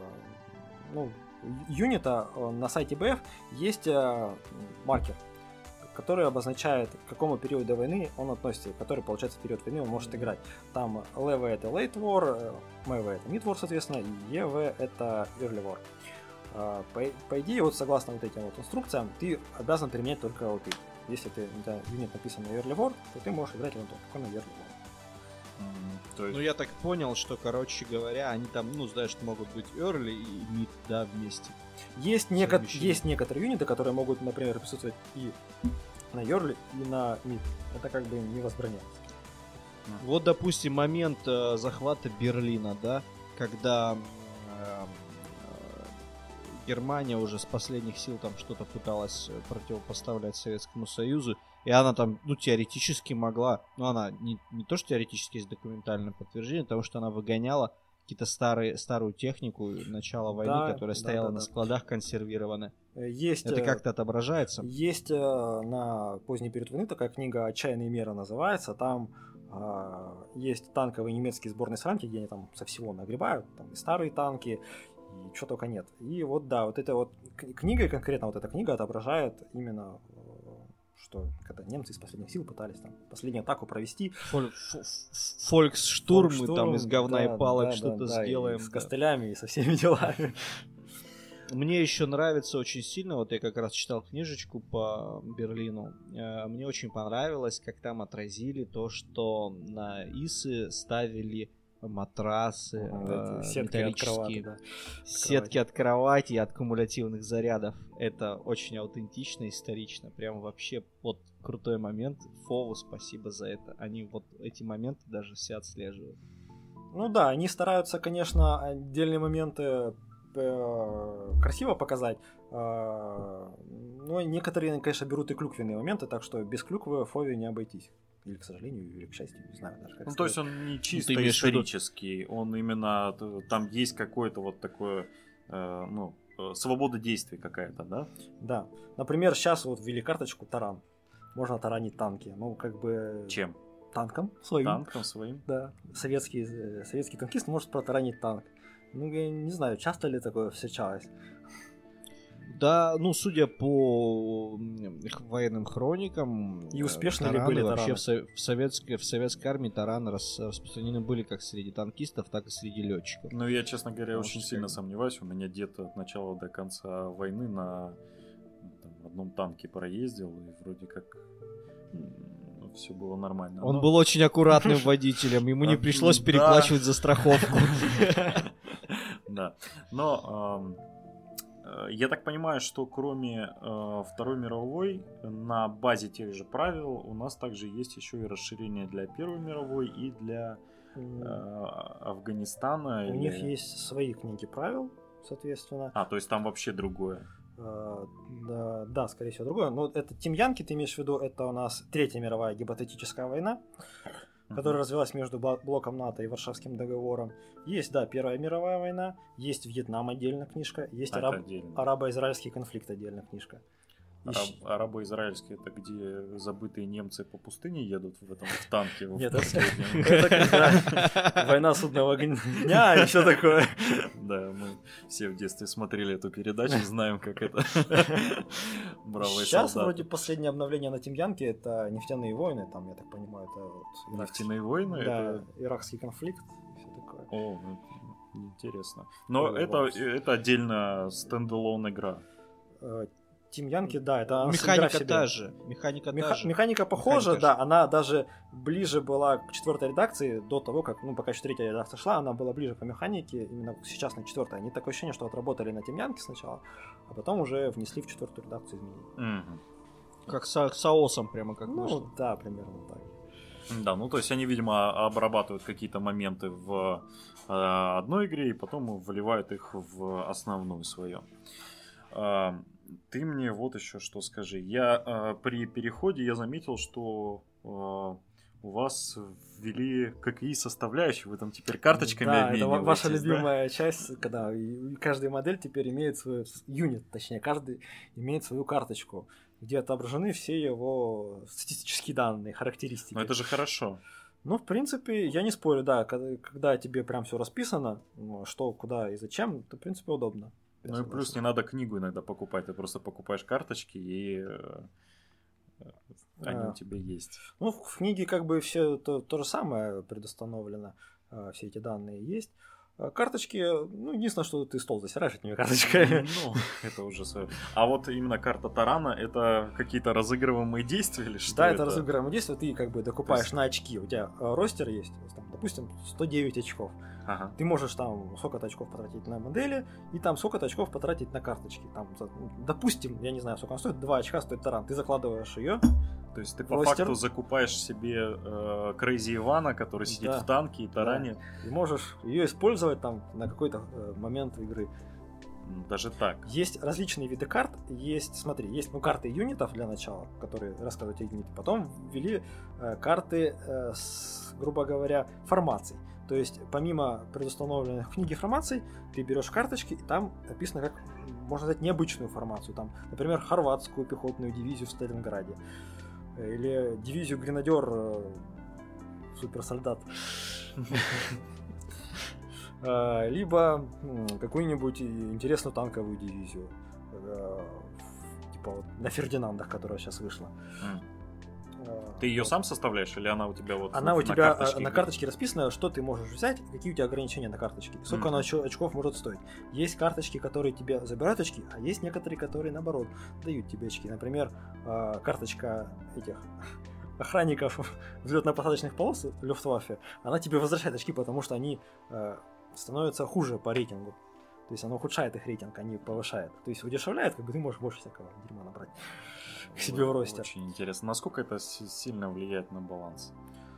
юнита на сайте BF есть маркер, который обозначает, к какому периоду войны он относится, который, получается, в период войны он может играть. Там LV это Late War, MV это Mid War, соответственно, и EV это Early War. По идее, вот согласно вот этим вот инструкциям, ты обязан применять только лоты. Если у тебя юнит написан на Early War, то ты можешь играть только на Early War. Ну, я так понял, что, короче говоря, они там, знаешь, могут быть early и mid, да, вместе. Есть некоторые юниты, которые могут, например, присутствовать и на early, и на mid. Это как бы не возбраняется. Вот, допустим, момент захвата Берлина, да, когда Германия уже с последних сил там что-то пыталась противопоставлять Советскому Союзу, и она там, теоретически могла, она не то, что теоретически есть документальное подтверждение, потому что она выгоняла какие-то старую технику начала войны, которая стояла на складах консервированная. Это как-то отображается? Есть на поздний период войны такая книга «Отчаянные меры» называется, там есть танковые немецкие сборные срамки, где они там со всего нагребают, там и старые танки, и что только нет. И вот да, вот эта вот книга, конкретно вот эта книга отображает именно, что когда немцы из последних сил пытались там последнюю атаку провести. Фольксштурм, мы там из говна и палок что-то сделаем. И с костылями, и со всеми делами. Мне еще нравится очень сильно, вот я как раз читал книжечку по Берлину, мне очень понравилось, как там отразили то, что на ИСы ставили матрасы металлические, сетки от кровати и от кумулятивных зарядов. Это очень аутентично, исторично. Прям вообще вот крутой момент. Фову спасибо за это. Они вот эти моменты даже все отслеживают. Ну да, они стараются, конечно, отдельные моменты красиво показать. Но некоторые, конечно, берут и клюквенные моменты, так что без клюквы Фове не обойтись. Или, к сожалению, или к счастью, не знаю даже, как сказать. То есть он не чисто исторический, он именно, там есть какое-то вот такое, свобода действий какая-то, да? Да. Например, сейчас вот ввели карточку таран. Можно таранить танки. Как бы... Чем? Танком своим. Танком своим? Да. Советский танкист может протаранить танк. Я не знаю, часто ли такое встречалось. Да, судя по военным хроникам, и успешно ли были вообще в советской армии тараны распространены были как среди танкистов, так и среди летчиков. Я, честно говоря, очень сильно сомневаюсь. У меня дед от начала до конца войны на одном танке проездил, и вроде как все было нормально. Он был очень аккуратным водителем, ему не пришлось переплачивать за страховку. Да, но... Я так понимаю, что кроме Второй мировой, на базе тех же правил у нас также есть еще и расширение для Первой мировой и для Афганистана. У них есть свои книги правил, соответственно. То есть там вообще другое. Да, скорее всего, другое. Но это Тим Янки, ты имеешь в виду, это у нас Третья мировая гипотетическая война, которая развилась между блоком НАТО и Варшавским договором. Есть, Первая мировая война, есть Вьетнам отдельно книжка, есть арабо-израильский конфликт отдельно книжка. Арабо-израильский — это где забытые немцы по пустыне едут в танке? Нет, это когда война судного дня и все такое. Да, мы все в детстве смотрели эту передачу, знаем, как это. Бравые солдаты. Сейчас вроде последнее обновление на Тимьянке — это нефтяные войны, там, я так понимаю, это вот нефтяные войны? Да, иракский конфликт и все такое. О, интересно. Но это отдельно стендалон игра. Тимьянки, да, это механика та же. Механика похожа, да, она даже ближе была к 4-й редакции до того, как, пока еще 3-я редакция шла, она была ближе по механике, именно сейчас на 4-й. Они такое ощущение, что отработали на Тимьянке сначала, а потом уже внесли в 4-ю редакцию изменения. Как с САОСом прямо как вышло. Ну, да, примерно так. Да, то есть они, видимо, обрабатывают какие-то моменты в одной игре и потом вливают их в основную свою. Ты мне вот еще что скажи. Я при переходе я заметил, что у вас ввели ККИ-составляющую, вы там теперь карточками обмениваетесь. Да, это ваша любимая часть, когда каждая модель теперь имеет свой юнит, точнее, каждый имеет свою карточку, где отображены все его статистические данные, характеристики. Но это же хорошо. Ну, в принципе, я не спорю, да, когда тебе прям все расписано, что, куда и зачем, то, в принципе, удобно. Ну и плюс не надо книгу иногда покупать, ты просто покупаешь карточки, и они у тебя есть. Ну, в книге как бы все то же самое предустановлено, все эти данные есть. Карточки, единственное, что ты стол засираешь этими карточками. Ну, это уже свое. А вот именно карта Тарана, это какие-то разыгрываемые действия или что? Да, это разыгрываемые действия, ты как бы докупаешь на очки. У тебя ростер есть, там, допустим, 109 очков. Ага. Ты можешь там сколько-то очков потратить на модели, и там сколько-то очков потратить на карточки. Там, допустим, я не знаю, сколько она стоит, 2 очка стоит Таран. Ты закладываешь ее. То есть ты по факту закупаешь себе Крейзи Ивана, который сидит в танке и таране. Да. И можешь ее использовать там на какой-то момент игры. Даже так. Есть различные виды карт. Есть карты юнитов для начала, которые рассказывают о юнитах. Потом ввели карты с, грубо говоря, формаций. То есть, помимо предустановленных в книге формаций, ты берешь карточки, и там написано, как можно сказать, необычную формацию. Там, например, хорватскую пехотную дивизию в Сталинграде. Или дивизию гренадер суперсолдат. Либо какую-нибудь интересную танковую дивизию. Типа вот на Фердинандах, которая сейчас вышла. Ты ее сам составляешь, или она у тебя вот она у тебя на карточке расписана, что ты можешь взять, какие у тебя ограничения на карточке, сколько она очков может стоить. Есть карточки, которые тебе забирают очки, а есть некоторые, которые наоборот дают тебе очки. Например, карточка этих охранников взлетно-посадочных полос Люфтваффе, она тебе возвращает очки, потому что они становятся хуже по рейтингу. То есть она ухудшает их рейтинг, а не повышает. То есть удешевляет, как бы ты можешь больше всякого дерьма набрать к себе в ростер. Очень интересно. Насколько это сильно влияет на баланс?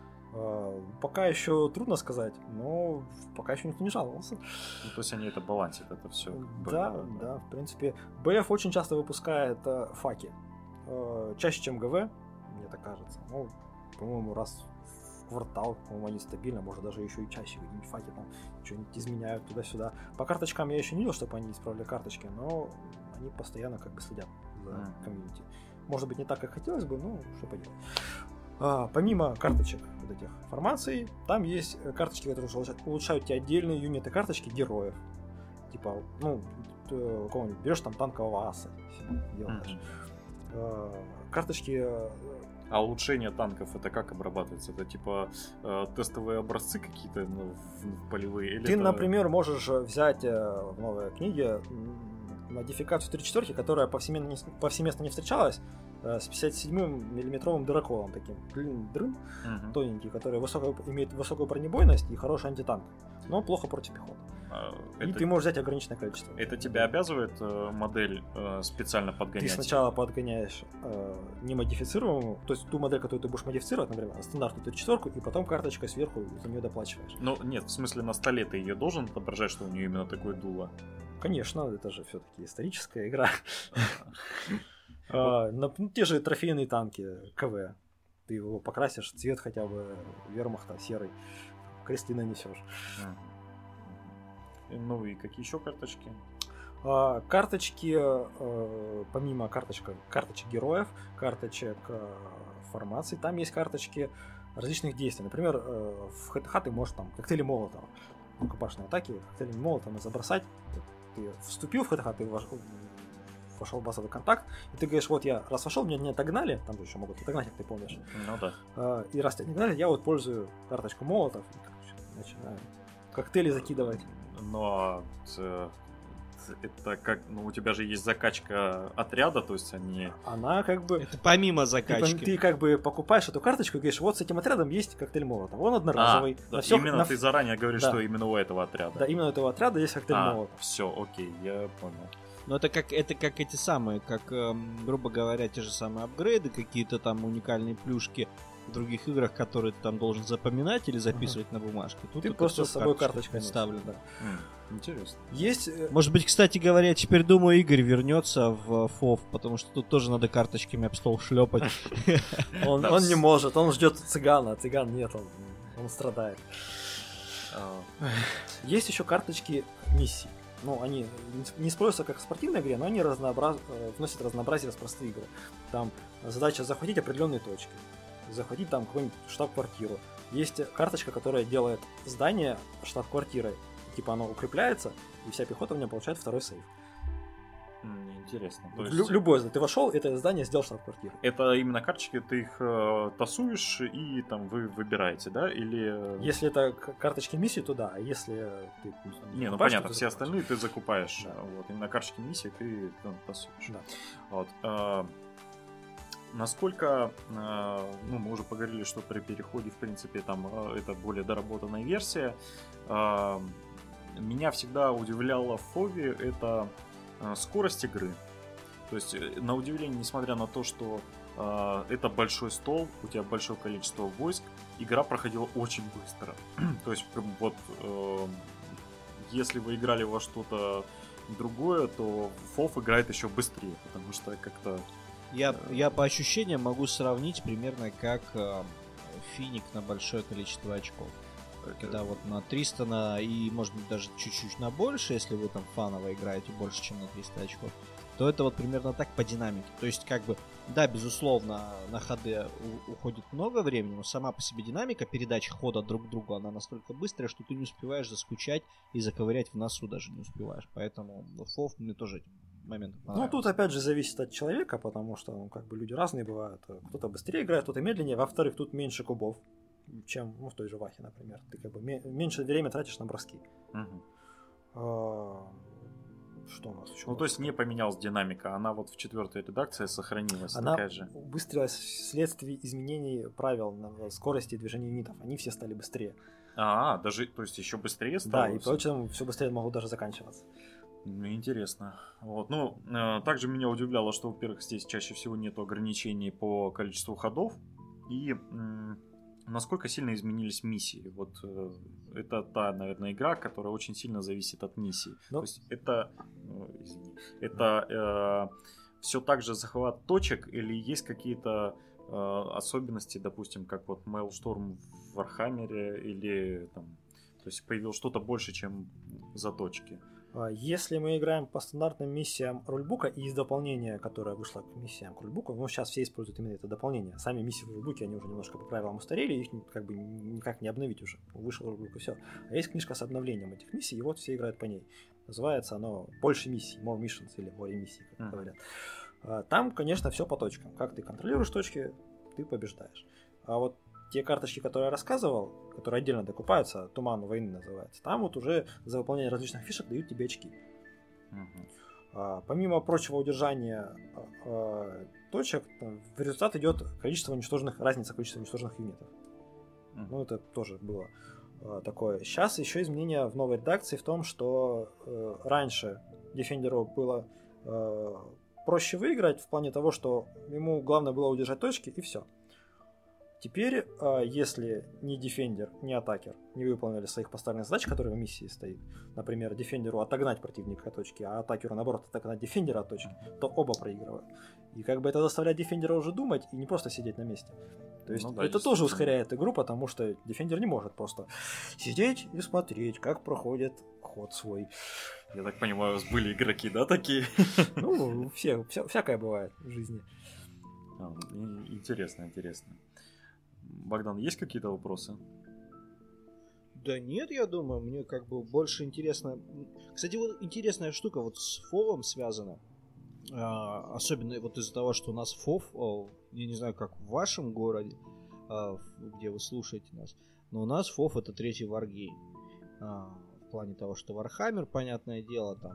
Пока еще трудно сказать, но пока еще никто не жаловался. То есть они это балансят, это все. Да, в принципе. BF очень часто выпускает факи. Чаще, чем ГВ, мне так кажется. Ну, по-моему, раз в квартал, по-моему, они стабильно, может даже еще и чаще какие-нибудь факи там что-нибудь изменяют туда-сюда. По карточкам я еще не видел, чтобы они исправляли карточки, но они постоянно как бы следят за комьюнити. Может быть, не так, как хотелось бы, но что поделать. Помимо карточек вот этих формаций, там есть карточки, которые улучшают тебе отдельные юниты карточки героев. Типа, кого-нибудь берешь там танкового аса себе делаешь. Карточки... А улучшение танков это как обрабатывается? Это типа тестовые образцы какие-то полевые? Или ты, это... например, можешь взять в новой книге модификацию 3/4, которая повсеместно не встречалась, с 57-мм дыроколом таким. Тоненький, который имеет высокую бронебойность и хороший антитанк, но плохо против пехоты. И ты можешь взять ограниченное количество. Это тебя обязывает модель специально подгонять? Ты сначала подгоняешь немодифицируемую, то есть ту модель, которую ты будешь модифицировать, например, стандартную 3/4, и потом карточкой сверху за нее доплачиваешь. Ну, нет, в смысле на столе ты ее должен отображать, что у нее именно такое дуло? Конечно, это же все-таки историческая игра. Те же трофейные танки КВ. Ты его покрасишь, цвет хотя бы вермахта серый, кресты нанесешь. Ну и какие еще карточки? Карточки, помимо карточек героев, карточек формаций, там есть карточки различных действий. Например, в ХТХ ты можешь там коктейли Молотова, рукопашные атаки, коктейли Молотова забросать. Ты вступил в ХТХ, ты вошел в базовый контакт, и ты говоришь, вот я раз вошел, меня не отогнали, там же еще могут отогнать, как ты помнишь. Ну да. И раз тебя не отогнали, я вот пользую карточку Молотов и начинаю коктейли закидывать. Но это как, ну у тебя же есть закачка отряда, то есть они... Она как бы... Это помимо закачки. Ты как бы покупаешь эту карточку и говоришь, вот с этим отрядом есть коктейль Молотов. Он одноразовый. Да, именно ты заранее говоришь, да. Что именно у этого отряда. Да, именно у этого отряда есть коктейль Молотов. Все, окей, я понял. Но это как эти самые, как, грубо говоря, те же самые апгрейды, какие-то там уникальные плюшки в других играх, которые ты там должен запоминать или записывать на бумажке. Тут ты просто с собой карточкой представлен. Да. Интересно. Есть... Может быть, кстати говоря, теперь думаю, Игорь вернется в ФОВ, потому что тут тоже надо карточками об стол шлепать. Он не может, он ждет цыгана, а цыган нет, он страдает. Есть еще карточки миссий. Ну, они не используются как в спортивной игре, но они вносят разнообразие в простые игры. Там задача захватить определенные точки, захватить там какую-нибудь штаб-квартиру. Есть карточка, которая делает здание штаб-квартирой. Типа оно укрепляется, и вся пехота в нем получает второй сейв. Интересно. То есть... Любое здание. Ты вошел, это здание сделал штаб-квартиру. Это именно карточки, ты их тасуешь и там вы выбираете, да? Или... Если это карточки миссии, то да. А если ты... Не, ну понятно, все остальные ты закупаешь. Да. Вот, именно карточки миссии ты тасуешь. Да. Вот. Насколько, ну, мы уже поговорили, что при переходе, в принципе, там это более доработанная версия. Меня всегда удивляло в Фове это скорость игры. То есть, на удивление, несмотря на то, что это большой стол, у тебя большое количество войск, игра проходила очень быстро. То есть, вот, если вы играли во что-то другое, то Фов играет еще быстрее, потому что как-то... Я по ощущениям могу сравнить примерно как Финик на большое количество очков. Когда вот на 300 и может быть даже чуть-чуть на больше, если вы там фаново играете больше, чем на 300 очков, то это вот примерно так по динамике. То есть как бы, да, безусловно, на ХД уходит много времени, но сама по себе динамика передачи хода друг к другу, она настолько быстрая, что ты не успеваешь заскучать и заковырять в носу даже не успеваешь. Поэтому Фов мне тоже момент понравился. Ну, тут опять же зависит от человека, потому что, ну, как бы люди разные бывают. Кто-то быстрее играет, кто-то медленнее. Во-вторых, тут меньше кубов, чем, ну, в той же Вахе, например. Ты как бы меньше время тратишь на броски. Что у нас еще? Ну, то есть не поменялась динамика, она вот в 4-й редакции сохранилась она такая же. Убыстрилась вследствие изменений правил на скорости движения юнитов. Они все стали быстрее. Даже, то есть еще быстрее стало? Да, и поэтому все быстрее могло даже заканчиваться. Интересно. Вот. Ну, также меня удивляло, что, во-первых, здесь чаще всего нет ограничений по количеству ходов. И насколько сильно изменились миссии. Вот это та, наверное, игра, которая очень сильно зависит от миссий. То есть это, все так же захват точек или есть какие-то особенности, допустим, как вот Maelstrom в Warhammer или там, то есть появилось что-то больше, чем заточки. Если мы играем по стандартным миссиям рульбука и из дополнения, которое вышло к миссиям к рульбуку, ну, сейчас все используют именно это дополнение. Сами миссии в рульбуке, они уже немножко по правилам устарели, их как бы никак не обновить уже. Вышел рульбук и все. А есть книжка с обновлением этих миссий, и вот все играют по ней. Называется оно «Больше миссий», «More Missions» или «Море миссий», как говорят. Там, конечно, все по точкам. Как ты контролируешь точки, ты побеждаешь. А вот те карточки, которые я рассказывал, которые отдельно докупаются, «Туман войны» называется, там вот уже за выполнение различных фишек дают тебе очки. Помимо прочего удержания точек, в результат идет разница количества уничтоженных юнитов. Ну, это тоже было такое. Сейчас еще изменение в новой редакции в том, что раньше Дефендеру было проще выиграть в плане того, что ему главное было удержать точки и все. Теперь, если ни дефендер, ни атакер не выполнили своих поставленных задач, которые в миссии стоит, например, дефендеру отогнать противника от точки, а атакеру, наоборот, отогнать дефендера от точки, то оба проигрывают. И как бы это заставляет дефендера уже думать и не просто сидеть на месте. То есть это тоже ускоряет игру, потому что дефендер не может просто сидеть и смотреть, как проходит ход свой. Я так понимаю, у вас были игроки, да, такие? Ну, всякое бывает в жизни. Интересно. Богдан, есть какие-то вопросы? Да нет, я думаю, мне как бы больше интересно. Кстати, вот интересная штука вот с фовом связана. Особенно вот из-за того, что у нас фов, я не знаю, как в вашем городе, где вы слушаете нас, но у нас фов это третий варгейм. В плане того, что Warhammer, понятное дело, там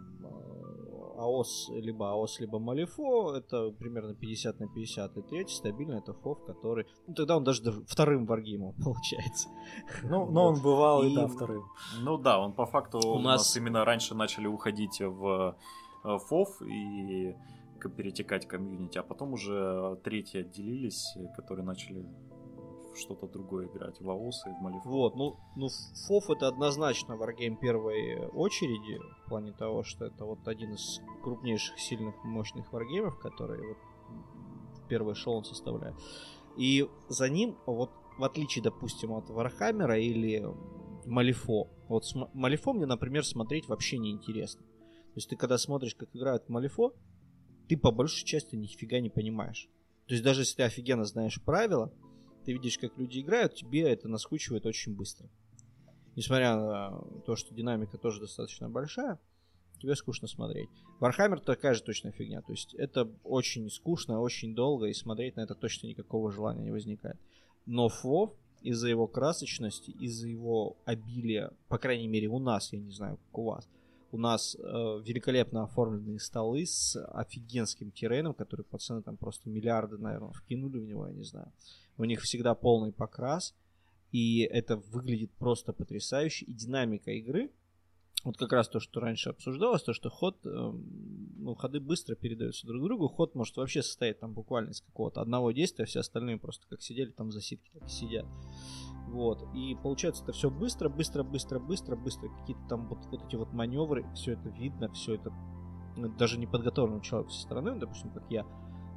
АОС, либо Малифо, это примерно 50 на 50, и третий стабильно это фов, который... Ну, тогда он даже вторым варгеймом получается. Ну, но он бывал и да, вторым. Ну да, он по факту у нас именно раньше начали уходить в фов и перетекать комьюнити, а потом уже третьи отделились, которые начали что-то другое играть, в АОС и в Малифо. Вот, ну ФОФ это однозначно варгейм первой очереди, в плане того, что это вот один из крупнейших, сильных, мощных варгеймов, которые вот первый эшелон составляет. И за ним, вот в отличие, допустим, от Вархаммера или Малифо, вот с Малифо мне, например, смотреть вообще не интересно. То есть ты когда смотришь, как играют в Малифо, ты по большей части нифига не понимаешь. То есть даже если ты офигенно знаешь правила, ты видишь, как люди играют, тебе это наскучивает очень быстро. Несмотря на то, что динамика тоже достаточно большая, тебе скучно смотреть. Warhammer такая же точно фигня. То есть это очень скучно, очень долго, и смотреть на это точно никакого желания не возникает. Но WoW из-за его красочности, из-за его обилия, по крайней мере у нас, я не знаю, как у вас, у нас великолепно оформленные столы с офигенским террейном, который пацаны там просто миллиарды, наверное, вкинули в него, я не знаю. У них всегда полный покрас, и это выглядит просто потрясающе. И динамика игры, вот как раз то, что раньше обсуждалось, то, что ходы быстро передаются друг другу. Ход может вообще состоять там буквально из какого-то одного действия, все остальные просто как сидели там в засидке, так и сидят. Вот. И получается это все быстро. Какие-то там вот эти вот маневры, все это видно, все это даже не подготовленному человеку со стороны, допустим, как я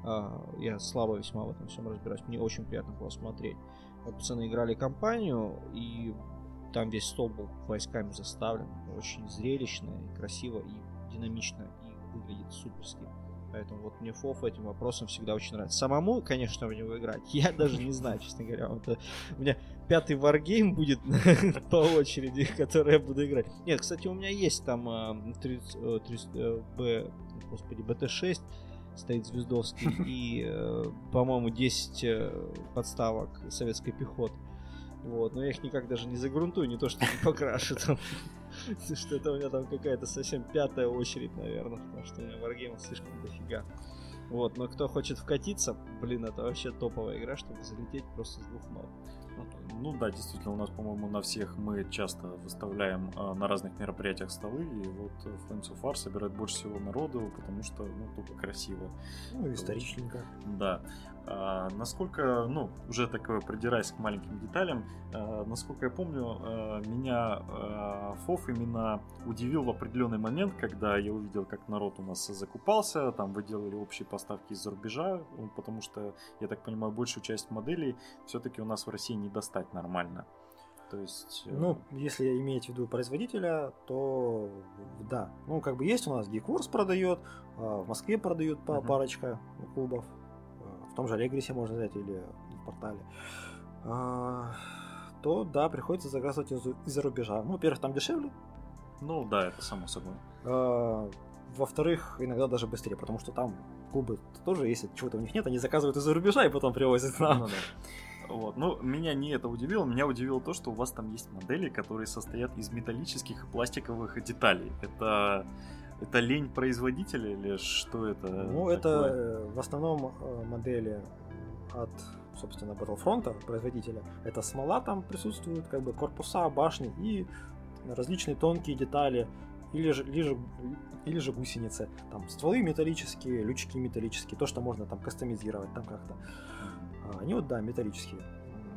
слабо весьма в этом всем разбираюсь. Мне очень приятно было смотреть. Вот пацаны играли кампанию, и там весь стол был войсками заставлен. Очень зрелищно, и красиво, и динамично, и выглядит суперски. Поэтому вот мне ФОФ этим вопросом всегда очень нравится. Самому, конечно, в него играть я даже не знаю, честно говоря. У меня 5-й варгейм будет по очереди, который я буду играть. Нет, кстати, у меня есть там БТ-6, стоит Звездовский, и, по-моему, 10 подставок советской пехоты. Вот, но я их никак даже не загрунтую, не то что не покрашу там. Что это у меня там какая-то совсем 5-я очередь, наверное, потому что у меня варгеймов слишком дофига. Вот, но кто хочет вкатиться, блин, это вообще топовая игра, чтобы залететь просто с двух ног. Ну да, действительно, у нас, по-моему, на всех мы часто выставляем на разных мероприятиях столы, и вот Flames of War собирает больше всего народу, потому что, тупо красиво. Ну, историчненько. Да. Насколько, уже такое, придираясь к маленьким деталям, насколько я помню, меня ФОФ именно удивил в определенный момент, когда я увидел, как народ у нас закупался, там вы делали общие поставки из-за рубежа, потому что, я так понимаю, большую часть моделей все-таки у нас в России не достать нормально. То есть... если иметь в виду производителя, то да. Есть у нас Geekworks продает, в Москве продают парочка клубов. В том же Алегрисе можно взять или в портале, то да, приходится заказывать из-за рубежа. Во-первых, там дешевле. Ну да, это само собой. Во-вторых, иногда даже быстрее, потому что там клубы тоже, если чего-то у них нет, они заказывают из-за рубежа и потом привозят нам. Вот. Меня не это удивило. Меня удивило то, что у вас там есть модели, которые состоят из металлических и пластиковых деталей. Это лень производителя или что это? Это в основном модели от, собственно, Battlefront производителя. Это смола там присутствует, корпуса, башни и различные тонкие детали, или же гусеницы. Там стволы металлические, лючки металлические, то, что можно там кастомизировать там как-то. Они металлические.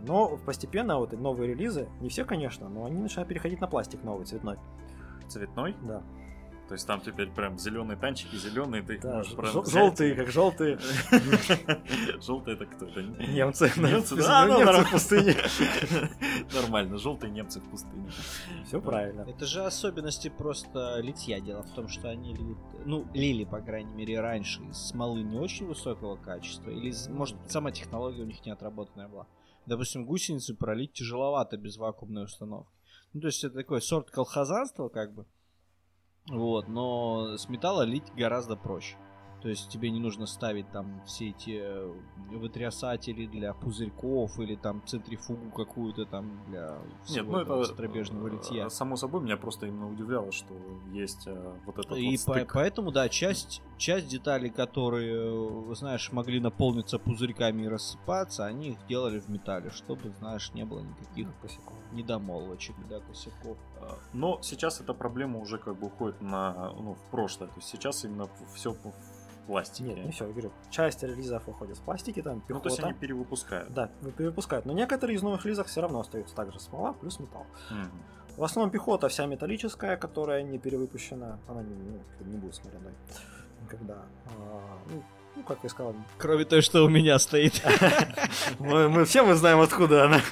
Но постепенно вот новые релизы, не все, конечно, но они начинают переходить на пластик новый, цветной. Цветной? Да. То есть там теперь прям зеленые танчики, зеленые, ты их Да, можешь прям желтые, как желтые. Желтые это кто? Это Немцы. Немцы, Да, немцы в пустыне. Нормально, желтые немцы в пустыне. Все правильно. Это же особенности просто литья. Дело в том, что они лили, по крайней мере, раньше из смолы не очень высокого качества. Или, может, сама технология у них не отработанная была. Допустим, гусеницы пролить тяжеловато без вакуумной установки. Ну, то есть это такой сорт колхозанства, как бы. Вот, но с металла лить гораздо проще. То есть тебе не нужно ставить там все эти вытрясатели для пузырьков или там центрифугу какую-то там для всего этого центробежного литья. Само собой, меня просто именно удивляло, что есть вот этот и вот стык. Поэтому, да, часть деталей, которые, знаешь, могли наполниться пузырьками и рассыпаться, они их делали в металле, чтобы, знаешь, не было никаких недомолвочек, да, косяков. Но сейчас эта проблема уже как бы уходит в прошлое. То есть сейчас именно все в пластике. Нет, не все, я говорю. Часть релизов выходит с пластики, там пехота. Ну, то есть они перевыпускают. Да, перевыпускают. Но некоторые из новых релизов все равно остаются также смола плюс металл. В основном пехота вся металлическая, которая не перевыпущена. Она не будет смоляной никогда. Ну, как я сказал. Кроме той, что у меня стоит. Мы все знаем, откуда она.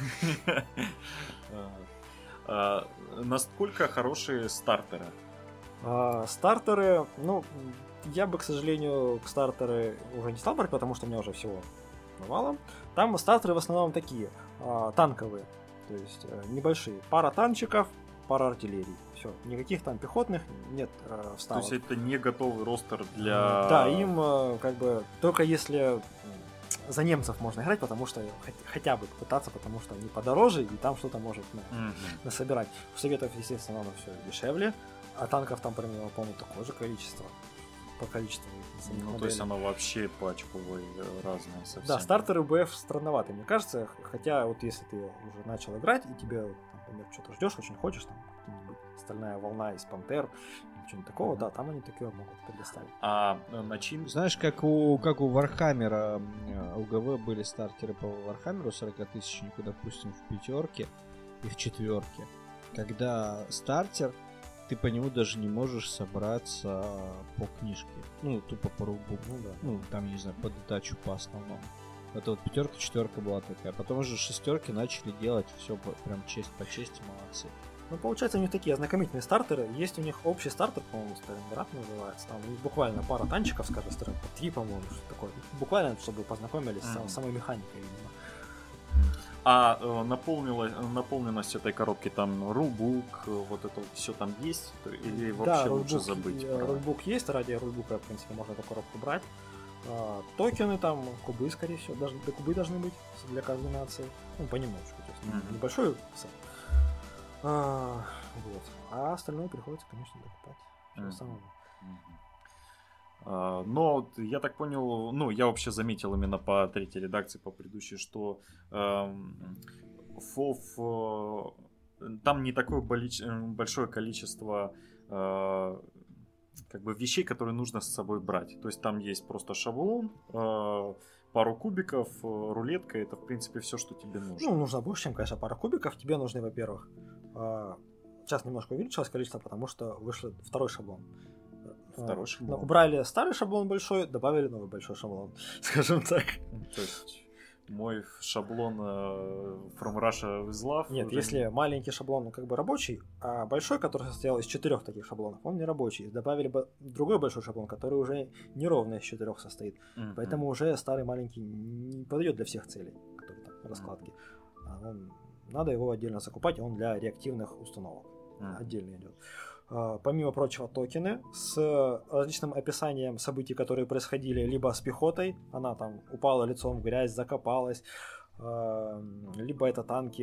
Насколько хорошие стартеры? Стартеры, ну, я бы, к сожалению, к стартеры уже не стал брать, потому что у меня уже всего навалом. Там стартеры в основном такие, танковые, то есть небольшие. Пара танчиков, пара артиллерий. Все, никаких там пехотных нет вставок. То есть это не готовый ростер для... Да, им как бы только если за немцев можно играть, потому что хотя бы пытаться, потому что они подороже, и там что-то может насобирать. У советов, естественно, оно все дешевле, а танков там, примерно, по-моему, такое же количество. По количеству. Ну, то есть оно вообще пачковое, разное совсем. Да, стартеры БФ странноваты, мне кажется, хотя вот если ты уже начал играть, и тебе, например, что-то ждешь, очень хочешь, там, какая-нибудь стальная волна из Пантер, что-нибудь такого, да, там они такие могут предоставить. А начин? Знаешь, как у Вархаммера УГВ были стартеры по Вархаммеру 40-тысячнику, допустим, в пятерке и в четверке, когда стартер ты по нему даже не можешь собраться по книжке. Ну, тупо по рулбуку. Ну, да. Ну, там, не знаю, по детачу по основному. Это вот пятерка, четверка была такая. Потом уже шестерки начали делать все прям честь по чести, молодцы. Ну, получается, у них такие ознакомительные стартеры. Есть у них общий стартер, по-моему, Сталинград называется. Там у них буквально пара танчиков, скажем, по 3, по-моему, что такое. Буквально, чтобы познакомились с самой механикой, видимо. А наполненность этой коробки, там рулбук, вот это вот все там есть? Или вообще да, лучше забыть? Рулбук есть, ради рулбука, в принципе, можно эту коробку брать. Токены там, кубы, скорее всего, даже кубы должны быть для каждой нации. Ну, понемножку, то есть небольшой сет. Вот. А остальное приходится, конечно, докупать. Но я так понял, ну, я вообще заметил именно по третьей редакции, по предыдущей, что FOV там не такое большое количество как бы вещей, которые нужно с собой брать. То есть там есть просто шаблон, пару кубиков, рулетка, это в принципе все, что тебе нужно. Ну, нужно больше, чем, конечно, пара кубиков. Тебе нужны, во-первых, сейчас немножко увеличилось количество, потому что вышел второй шаблон. Второй шаблон. Убрали старый шаблон большой, добавили новый большой шаблон, скажем так. То есть мой шаблон From Russia with Love... Нет, если маленький шаблон как бы рабочий, а большой, который состоял из 4 таких шаблонов, он не рабочий. Добавили бы другой большой шаблон, который уже неровно из 4 состоит. Поэтому уже старый маленький не подойдет для всех целей, которые там раскладки. Надо его отдельно закупать, он для реактивных установок отдельно идет. Помимо прочего, токены с различным описанием событий, которые происходили либо с пехотой, она там упала лицом в грязь, закопалась, либо это танки,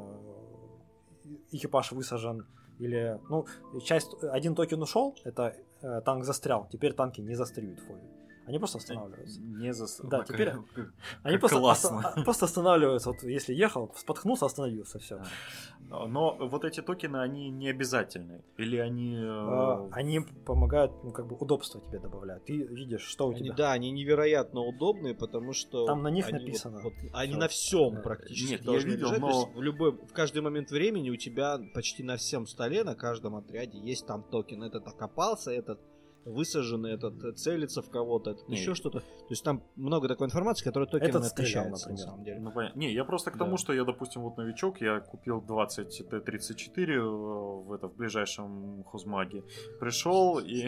экипаж высажен, или, ну, один токен ушел, это танк застрял, теперь танки не застряют в фойе. Они просто останавливаются. Да, теперь они просто останавливаются. Вот если ехал, споткнулся, остановился, все. Но вот эти токены, они не обязательны? Или они... Они помогают, удобство тебе добавляют. Ты видишь, что у тебя. Да, они невероятно удобные, потому что... Там на них написано. Они на всем практически. Нет, я видел, лежать. но... В каждый момент времени у тебя почти на всем столе, на каждом отряде есть там токен. Этот окопался, этот высаженный, этот целится в кого-то, этот еще что-то. То есть там много такой информации, которая токеном отличается, на самом деле. Не, я просто к тому, что я, допустим, вот новичок, я купил 20 Т-34 в ближайшем хозмаге. Пришел и...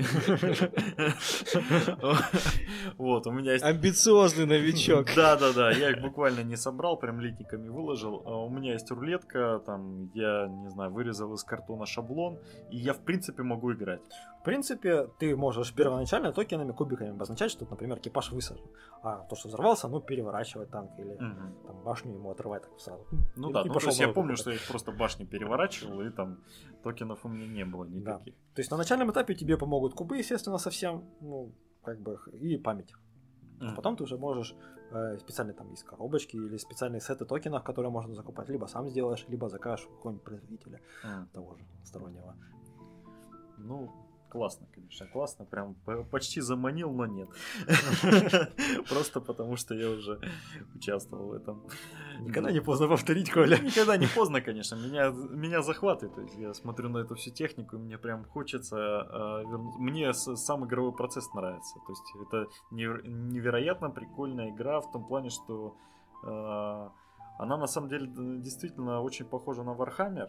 Вот, у меня есть... Амбициозный новичок. Да, я их буквально не собрал, прям литниками выложил. У меня есть рулетка, там, я, не знаю, вырезал из картона шаблон, и я, в принципе, могу играть. В принципе, ты можешь первоначально токенами, кубиками обозначать, что, например, экипаж высажен. А то, что взорвался, переворачивать танк или там, башню ему отрывать так сразу. Ну да, то есть я помню, что я их просто башни переворачивал, и там токенов у меня не было никаких. Да. То есть на начальном этапе тебе помогут кубы, естественно, совсем, и память. А потом ты уже можешь специально там есть коробочки или специальные сеты токенов, которые можно закупать. Либо сам сделаешь, либо закажешь у какого-нибудь производителя того же стороннего. Классно, конечно, классно. Прям почти заманил, но нет. Просто потому, что я уже участвовал в этом. Никогда не поздно повторить, Коля. Никогда не поздно, конечно. Меня захватывает. То есть я смотрю на эту всю технику, и мне прям хочется вернуть. Мне сам игровой процесс нравится. То есть это невероятно прикольная игра в том плане, что она на самом деле действительно очень похожа на Warhammer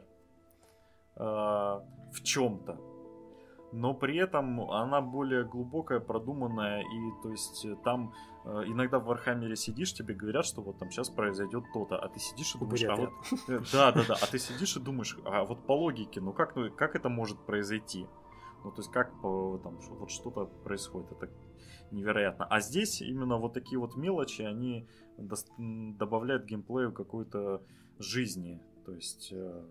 в чем-то. Но при этом она более глубокая, продуманная, и то есть там иногда в Вархаммере сидишь, тебе говорят, что вот там сейчас произойдет то-то, а ты сидишь и думаешь, да, а ты сидишь и думаешь, а вот по логике, как это может произойти? То есть как там вот что-то происходит, это невероятно. А здесь именно вот такие вот мелочи, они добавляют геймплею какой-то жизни, то есть...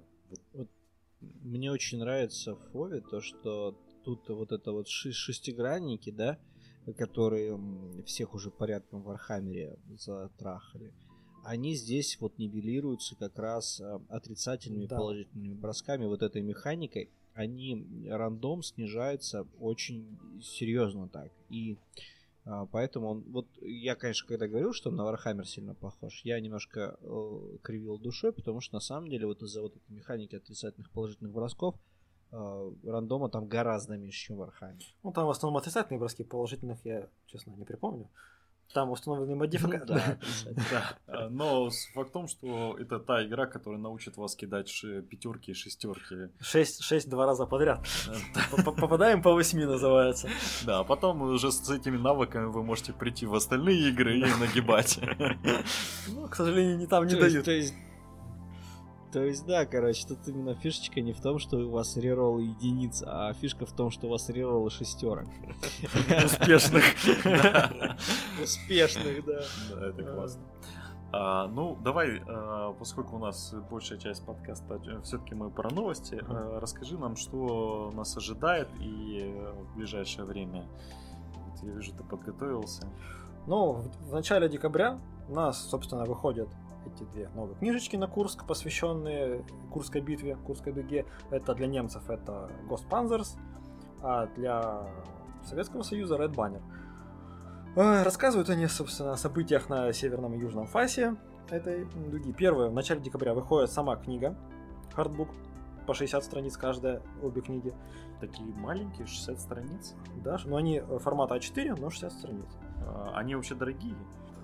Мне очень нравится в Вове то, что тут вот это вот шестигранники, да, которые всех уже порядком в Вархаммере затрахали, они здесь вот нивелируются как раз отрицательными положительными бросками, вот этой механикой. Рандом снижается очень серьезно так. И поэтому я, конечно, когда говорил, что он на Warhammer сильно похож, я немножко кривил душой, потому что на самом деле вот из-за вот этой механики отрицательных положительных бросков рандома там гораздо меньше, чем в Warhammer. Там в основном отрицательные броски, положительных я, честно, не припомню. Там установлены модификаторы. Да. Но факт в том, что это та игра, которая научит вас кидать пятерки и шестерки. 6 2 раза подряд. Попадаем по 8 называется. Да, а потом уже с этими навыками вы можете прийти в остальные игры и нагибать. К сожалению, не там не дают. То есть, да, короче, тут именно фишечка не в том, что у вас рероллы единиц, а фишка в том, что у вас рероллы шестерок. Успешных. Успешных, да. Да, это классно. Давай, поскольку у нас большая часть подкаста, все-таки мы про новости, расскажи нам, что нас ожидает и в ближайшее время. Я вижу, ты подготовился. В начале декабря у нас, собственно, выходят эти две новые книжечки на Курск, посвященные Курской битве, Курской дуге. Это для немцев это Ghost Panzers, а для Советского Союза Red Banner. Рассказывают они, собственно, о событиях на северном и южном фасе этой дуги. Первая, в начале декабря выходит сама книга, хардбук, по 60 страниц каждая, обе книги. Такие маленькие, 60 страниц? Да, но они формата А4, но 60 страниц. Они вообще дорогие?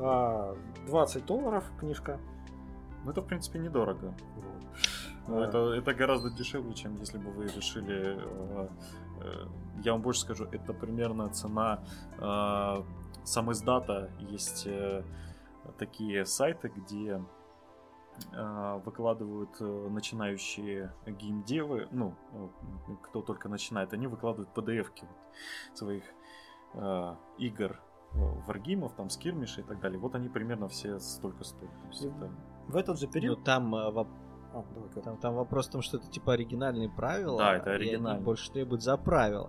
$20 книжка. Это, в принципе, недорого. Это гораздо дешевле, чем если бы вы решили... Я вам больше скажу, это примерно цена сам издата. Есть такие сайты, где выкладывают начинающие геймдевы, кто только начинает, они выкладывают PDF-ки своих игр, варгеймов, там скирмишей и так далее. Вот они примерно все столько стоят. В этот же период... Там вопрос в том, что это типа оригинальные правила. Да, это оригинальные. И они больше требуют за правила.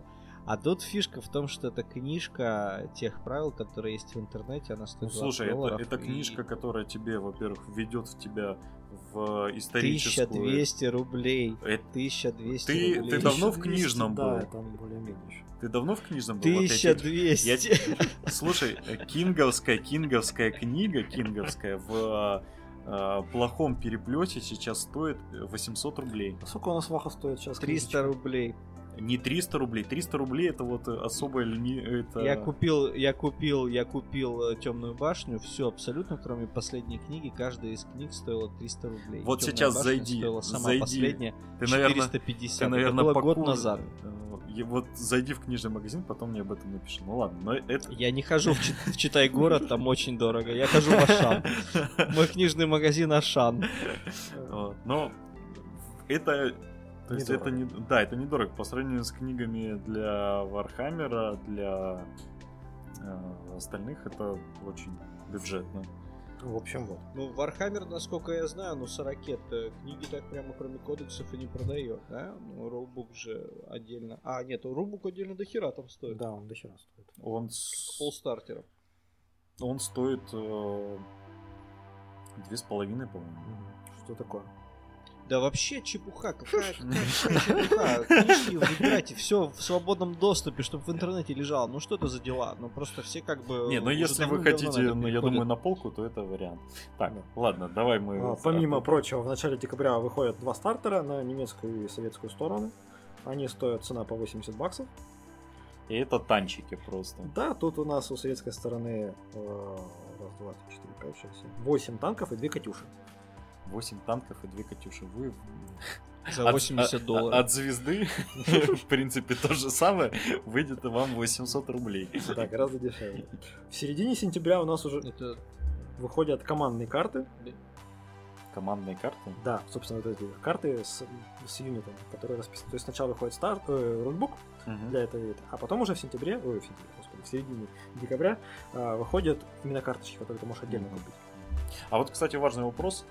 А тут фишка в том, что это книжка тех правил, которые есть в интернете, она стоит слушай, $20. это книжка, которая тебе, во-первых, введет в тебя в историческую... 1200 рублей. 1200 рублей. Ты давно в книжном был? Да, там более-менее еще. Ты давно в книжном был? 1200. Слушай, кинговская книга, кинговская в плохом переплете сейчас стоит 800 рублей. Сколько у нас Ваха стоит сейчас? 300 рублей. Не 300 рублей. 300 рублей это вот особая линия. Я купил Темную башню, все абсолютно, кроме последней книги. Каждая из книг стоила 300 рублей. Вот Темная сейчас башня зайди. стоила сама последняя ты, 450. Ты, наверное, это было год назад. Вот зайди в книжный магазин, потом мне об этом напиши. Ну ладно, но это... Я не хожу в Читай город, там очень дорого. Я хожу в Ашан. Мой книжный магазин Ашан. Но это... То есть это не, да, это недорого. По сравнению с книгами для Вархаммера, для остальных это очень бюджетно. В общем, вот. Ну, Вархаммер, насколько я знаю, 40-то книги так прямо кроме кодексов и не продает, да? Ну, рулбук же отдельно. А, нет, рулбук отдельно до хера там стоит. Да, он до хера стоит. Он полстартера. Он стоит 2,5, по-моему. Что такое? Да вообще чепуха, какая чепуха. Книжки выбирайте, все в свободном доступе, чтобы в интернете лежало. Ну что это за дела? Ну просто все как бы... Не, ну если вы хотите, ну я думаю, на полку, то это вариант. Так, ладно, давай мы... Помимо прочего, в начале декабря выходят 2 стартера на немецкую и советскую стороны. Они стоят цена по $80. И это танчики просто. Да, тут у нас у советской стороны 8 танков и 2 Катюши. 8 танков и 2 Катюши. Вы за $80. От звезды, в принципе, то же самое, выйдет вам 800 рублей. Да, гораздо дешевле. В середине сентября у нас уже выходят командные карты. Командные карты? Да, собственно, вот эти карты с юнитом, которые расписаны. То есть сначала выходит рулбук для этого, а потом уже в середине декабря выходят именно карточки, которые ты можешь отдельно купить. А вот, кстати, важный вопрос.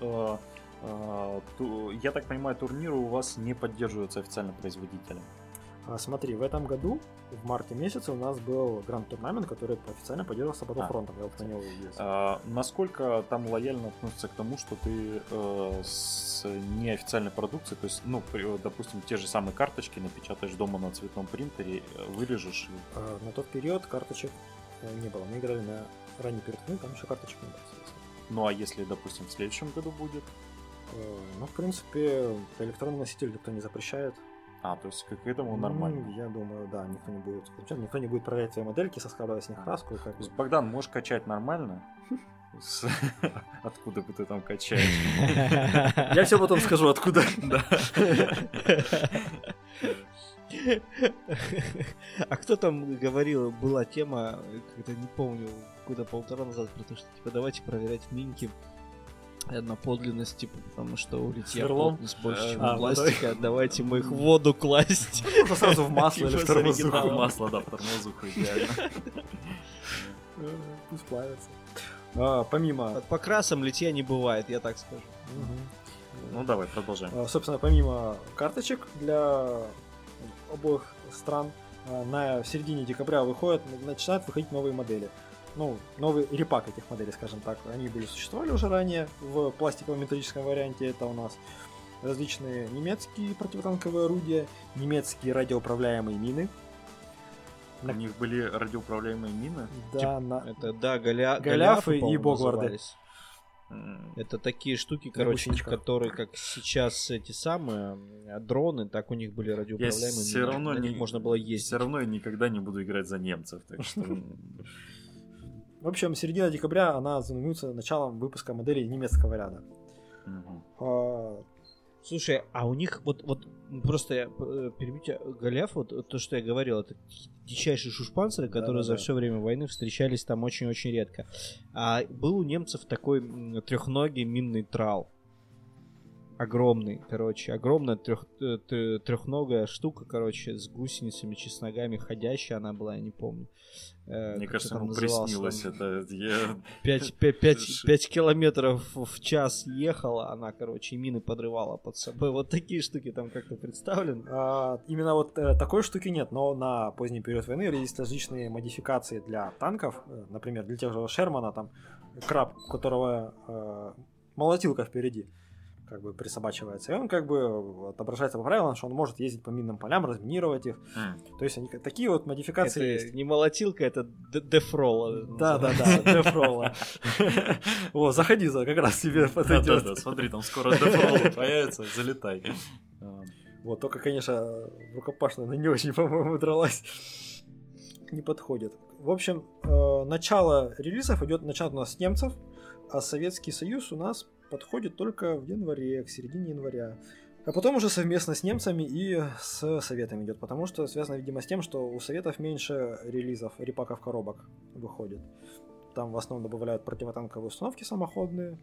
Я так понимаю, турниры у вас не поддерживаются официально производителем. Смотри, в этом году, в марте месяце, у нас был гранд-турнамент, который официально поддерживался Battlefront. Насколько там лояльно относятся к тому, что ты с неофициальной продукцией, то есть, ну, допустим, те же самые карточки напечатаешь дома на цветном принтере, вырежешь? На тот период карточек не было. Мы играли на ранний период, там еще карточек не было. Ну, а если, допустим, в следующем году будет? Ну, в принципе, электронный носитель никто не запрещает. То есть к этому нормально? Я думаю, да, никто не будет проверять свои модельки, соскабливая с них краску. Богдан, можешь качать нормально? Откуда бы ты там качаешь? Я все потом скажу, откуда. А кто там говорил, была тема, когда не помню, года 1,5 назад, про то, что типа давайте проверять миньки на подлинность, типа, потому что у литья плотность больше, чем у пластика, давайте мы их в воду класть. Сразу в масло или в тормозуху. В масло, да, в тормозуху, идеально. Пусть плавится. Помимо... По красам литья не бывает, я так скажу. Ну давай, продолжаем. Собственно, помимо карточек для обоих стран, в середине декабря начинают выходить новые модели. Ну, новый репак этих моделей, скажем так. Они существовали уже ранее в пластиковом металлическом варианте. Это у нас различные немецкие противотанковые орудия, немецкие радиоуправляемые мины. У них были радиоуправляемые мины? Да, Голиафы и Богварды. Это такие штуки, короче, которые, как сейчас эти самые дроны, так у них были радиоуправляемые. Все равно можно было ездить. Все равно я никогда не буду играть за немцев, так что... В общем, середина декабря она знаменуется началом выпуска моделей немецкого ряда. Слушай, а у них вот просто я перебью тебя, Голиаф, вот то, что я говорил, это дичайшие шушпанцеры, которые за все время войны встречались там очень-очень редко. А был у немцев такой трехногий минный трал. огромный, короче, огромная трехногая штука, короче, с гусеницами, чесногами, ходящая она была, я не помню. Мне кажется, ему приснилось это. 5 километров в час ехала она, короче, и мины подрывала под собой. Вот такие штуки там как-то представлены. Именно вот такой штуки нет, но на поздний период войны есть различные модификации для танков. Например, для тех же Шермана, там, краб, у которого молотилка впереди, как бы присобачивается. И он как бы отображается по правилам, что он может ездить по минным полям, разминировать их. То есть они такие вот модификации это есть. Не молотилка, это дефрола. Да, дефрола. О, заходи, как раз тебе подойдет. Да, смотри, там скоро дефрола появится, залетай. Вот, только, конечно, рукопашная она не очень, по-моему, дралась. Не подходит. В общем, начало релизов идет у нас с немцев, а Советский Союз у нас подходит только в январе, к середине января. А потом уже совместно с немцами и с Советами идет, потому что связано, видимо, с тем, что у Советов меньше релизов, репаков коробок выходит. Там в основном добавляют противотанковые установки самоходные,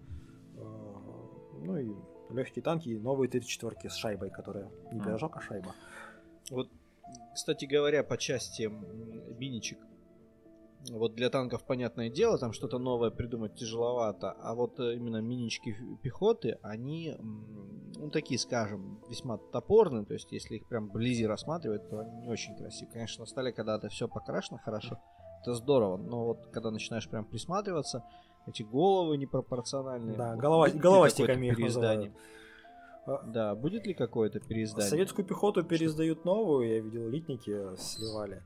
ну и легкие танки, и новые 34-ки с шайбой, которая не пирожок, а шайба. Вот, кстати говоря, по части миничек, вот для танков, понятное дело, там что-то новое придумать тяжеловато, а вот именно минички пехоты, они, ну, такие, скажем, весьма топорные, то есть если их прям вблизи рассматривать, то они не очень красивые. Конечно, на столе, когда это все покрашено хорошо, это здорово, но вот когда начинаешь прям присматриваться, эти головы непропорциональные. Да, головастиками их называют. Да, будет ли какое-то переиздание? Советскую пехоту переиздают новую, я видел, литники сливали.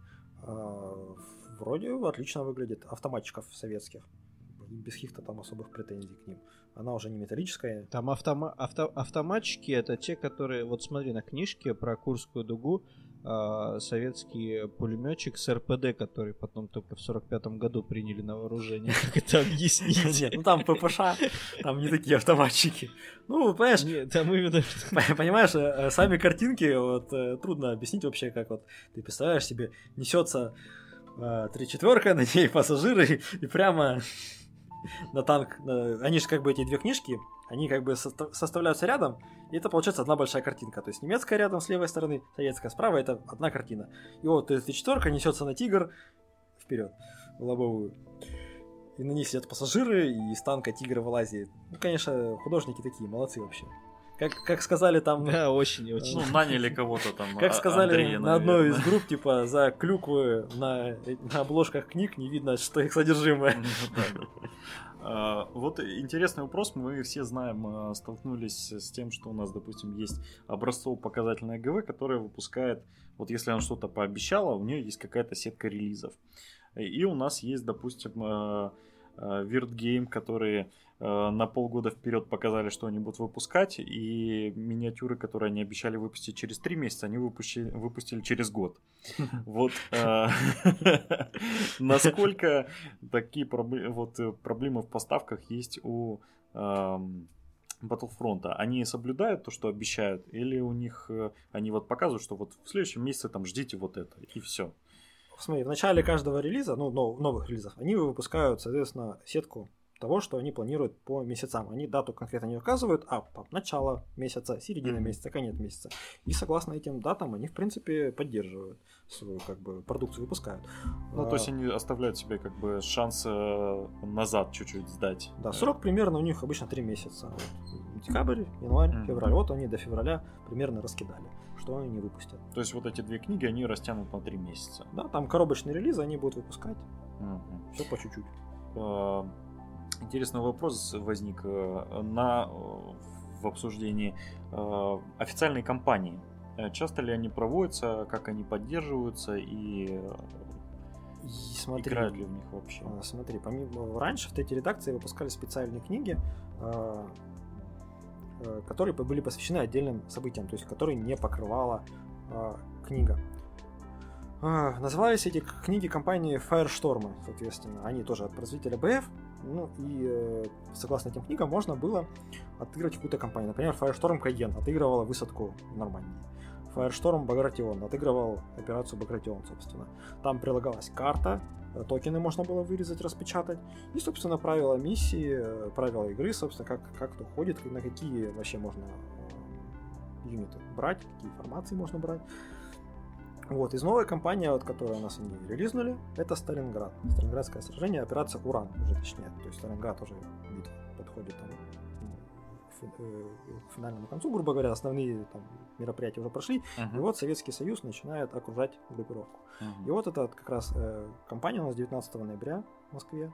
Вроде отлично выглядит. Автоматчиков советских. Без каких-то там особых претензий к ним. Она уже не металлическая. Там автоматчики это те, которые... Вот смотри, на книжке про Курскую дугу советский пулеметчик с РПД, который потом только в 45-м году приняли на вооружение. Как это объяснить? Нет, ну там ППШ, там не такие автоматчики. Ну, понимаешь... Нет, там именно... Понимаешь, сами картинки, вот трудно объяснить вообще, как вот ты представляешь себе, несется 3-4, на ней пассажиры, и прямо на танк. Они же как бы эти две книжки, они как бы составляются рядом, и это получается одна большая картинка. То есть немецкая рядом с левой стороны, советская справа, это одна картина. И вот 3-4 несется на Тигр вперед, в лобовую. И на них сидят пассажиры, и из танка Тигр вылазит. Ну, конечно, художники такие, молодцы вообще. Как сказали там... Да, очень. Ну, наняли кого-то там. Как сказали Андрея, на одной из групп, типа, за клюквы на обложках книг не видно, что их содержимое. Вот интересный вопрос. Мы все знаем, столкнулись с тем, что у нас, допустим, есть образцово-показательная ГВ, которая выпускает, вот если она что-то пообещала, у нее есть какая-то сетка релизов. И у нас есть, допустим, Weird Game, которые на полгода вперед показали, что они будут выпускать, и миниатюры, которые они обещали выпустить через 3 месяца, они выпустили через год. Вот насколько такие проблемы в поставках есть у Battlefront? Они соблюдают то, что обещают, или у них они вот показывают, что вот в следующем месяце там ждите вот это, и все? Смотри, в начале каждого релиза, ну, новых релизов, они выпускают, соответственно, сетку того, что они планируют по месяцам. Они дату конкретно не указывают, а начало месяца, середина месяца, конец месяца. И согласно этим датам они, в принципе, поддерживают свою, как бы, продукцию, выпускают. Ну, то есть они оставляют себе, как бы, шанс назад чуть-чуть сдать. Да, срок примерно у них обычно 3 месяца. Вот, декабрь, январь, февраль. Вот они до февраля примерно раскидали, что они не выпустят. То есть вот эти 2 книги, они растянут на 3 месяца. Да, там коробочные релизы они будут выпускать. Все по чуть-чуть. Интересный вопрос возник в обсуждении. Официальные кампании. Часто ли они проводятся, как они поддерживаются и смотри, играют ли в них вообще? Смотри, раньше в этой редакции выпускали специальные книги, которые были посвящены отдельным событиям, то есть которые не покрывала книга. Назывались эти книги компании Firestorm, соответственно. Они тоже от производителя BF. Ну и согласно этим книгам можно было отыграть какую-то кампанию. Например, Firestorm Кайен отыгрывала высадку в Нормандии. Firestorm Багратион отыгрывал операцию Багратион, собственно. Там прилагалась карта токены можно было вырезать, распечатать. И, собственно, правила миссии, правила игры, собственно, как кто ходит, на какие вообще можно юниты брать, какие формации можно брать. Вот, из новой кампании, вот, которую у нас они релизнули, это Сталинград. Сталинградское сражение, операция Уран, уже точнее. То есть Сталинград уже подходит там, к финальному концу, грубо говоря, основные там мероприятия уже прошли. И вот Советский Союз начинает окружать группировку. И вот эта как раз кампания у нас 19 ноября в Москве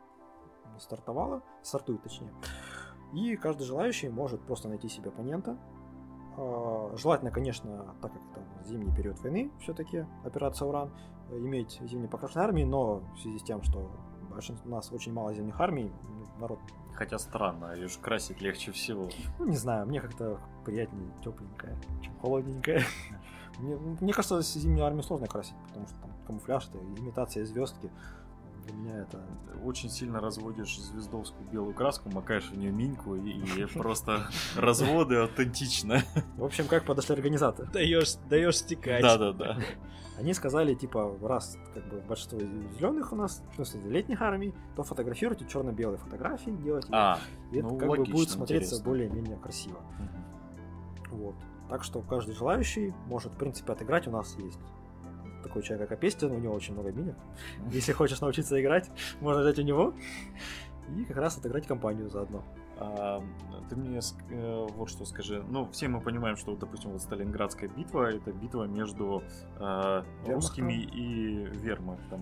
стартует точнее. И каждый желающий может просто найти себе оппонента. Желательно, конечно, так как это зимний период войны, все-таки операция Уран, иметь зимние покрашенные армии, но в связи с тем, что у нас очень мало зимних армий, народ... Хотя странно, ее же красить легче всего. Ну, не знаю, мне как-то приятнее тепленькая, чем холодненькая. Мне кажется, зимнюю армию сложно красить, потому что там камуфляж, это имитация звездки. Для меня это... Очень сильно разводишь звездовскую белую краску, макаешь в нее миньку и просто разводы аутентично. В общем, как подошли организаторы? Даешь стекать. Да. Они сказали, типа, раз как бы большинство зеленых у нас, в смысле летних армий, то фотографируйте черно-белые фотографии, делайте. И это как бы будет смотреться интересно. Более-менее красиво. Вот. Так что каждый желающий может, в принципе, отыграть. У нас есть такой человек, как Апестин, у него очень много миник. Если хочешь научиться играть, можно взять у него и как раз отыграть компанию заодно. Ты мне вот что скажи. Ну, все мы понимаем, что, допустим, вот Сталинградская битва — это битва между русскими и вермахтом.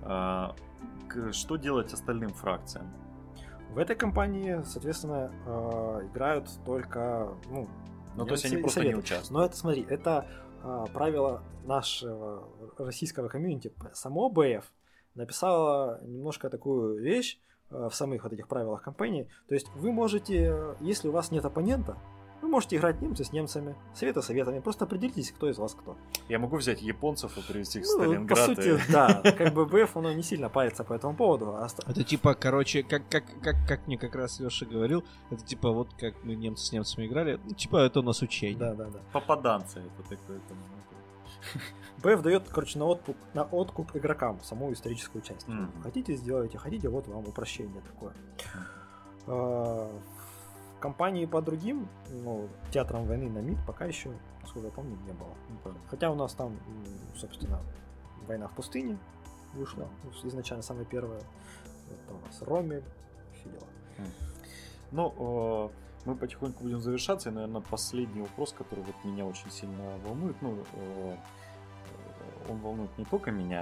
Что делать остальным фракциям? В этой кампании, соответственно, играют только... то есть они просто не участвуют. Но это, смотри, это правило нашего российского комьюнити. Само БФ написало немножко такую вещь в самых вот этих правилах кампании. То есть вы можете, если у вас нет оппонента, вы можете играть немцы с немцами, советы с советами. Просто определитесь, кто из вас кто. Я могу взять японцев и привезти их в Сталинград. По сути, да. Как бы БФ, оно не сильно парится по этому поводу. Это типа, короче, как мне как раз Леша говорил, это типа вот как мы немцы с немцами играли, типа это у нас учение. Да. Попаданцы это такое. БФ дает, короче, на откуп игрокам саму историческую часть. Хотите, сделайте, хотите, вот вам упрощение такое. Компании по другим, театрам войны на МИД пока еще, насколько я помню, не было. Хотя у нас там, собственно, война в пустыне вышла, изначально самая первая. Это у нас Роммель, все дела. Мы потихоньку будем завершаться, и, наверное, последний вопрос, который вот меня очень сильно волнует, он волнует не только меня.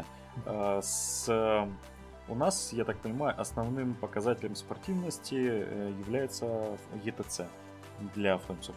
У нас, я так понимаю, основным показателем спортивности является ЕТЦ для Flames of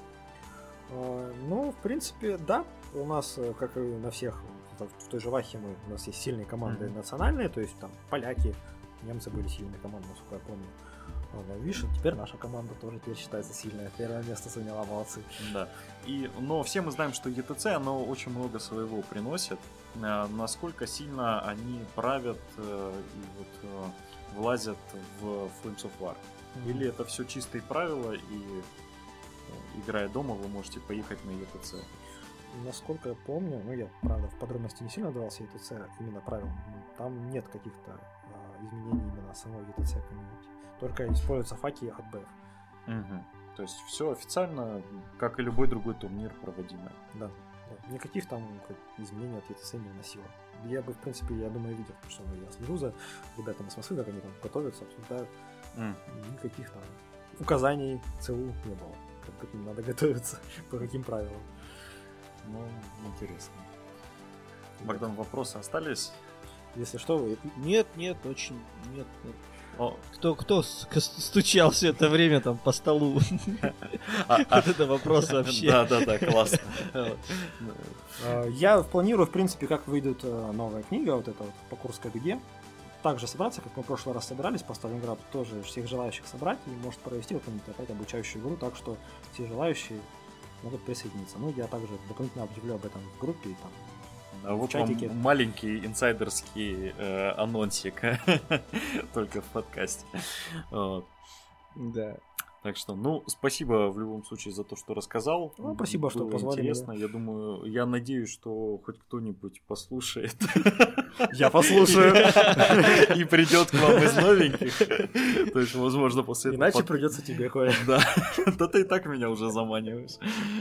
War. В принципе, да. У нас, как и на всех, в той же Вахе у нас есть сильные команды национальные, то есть там поляки, немцы были сильные команды, насколько я помню. Видишь, теперь наша команда тоже теперь считается сильная. Первое место заняла, молодцы. Да. Но все мы знаем, что ЕТЦ, оно очень много своего приносит. Насколько сильно они правят и влазят в Flames of War? Или это все чистые правила, и играя дома, вы можете поехать на ЕТЦ? Насколько я помню, я, правда, в подробности не сильно давался ЕТЦ, именно правил. Там нет каких-то изменений именно самой ЕТЦ комьюнити. Только используются факи от БФ. То есть все официально, как и любой другой турнир, проводимый. Да. Никаких там изменений от ЕТЦ не вносило. Я бы, в принципе, я думаю, видел, потому что я слежу за ребятами с Москвы, как они там готовятся, обсуждают. Никаких там указаний ЦУ не было. Как к ним надо готовиться, по каким правилам. Интересно. Богдан, вопросы остались? Если что, вы... Нет, очень нет. Кто стучал все это время там по столу? Вот это вопрос вообще. Да, классно. Я планирую, в принципе, как выйдет новая книга, вот эта вот по Курской дуге. Также собраться, как мы в прошлый раз собирались по Сталинграду, тоже всех желающих собрать и может провести какую-нибудь опять обучающую игру, так что все желающие могут присоединиться. Я также дополнительно объявлю об этом в группе и там. Вот вам маленький инсайдерский анонсик только в подкасте. Да. Так что, ну, спасибо в любом случае за то, что рассказал. Ну, спасибо, что Было позвали интересно. меня. Я думаю, я надеюсь, что хоть кто-нибудь послушает. Я послушаю. И придет к вам из новеньких. То есть, возможно, после этого... Иначе придется тебе, Коля. Да. Да ты и так меня уже заманиваешь.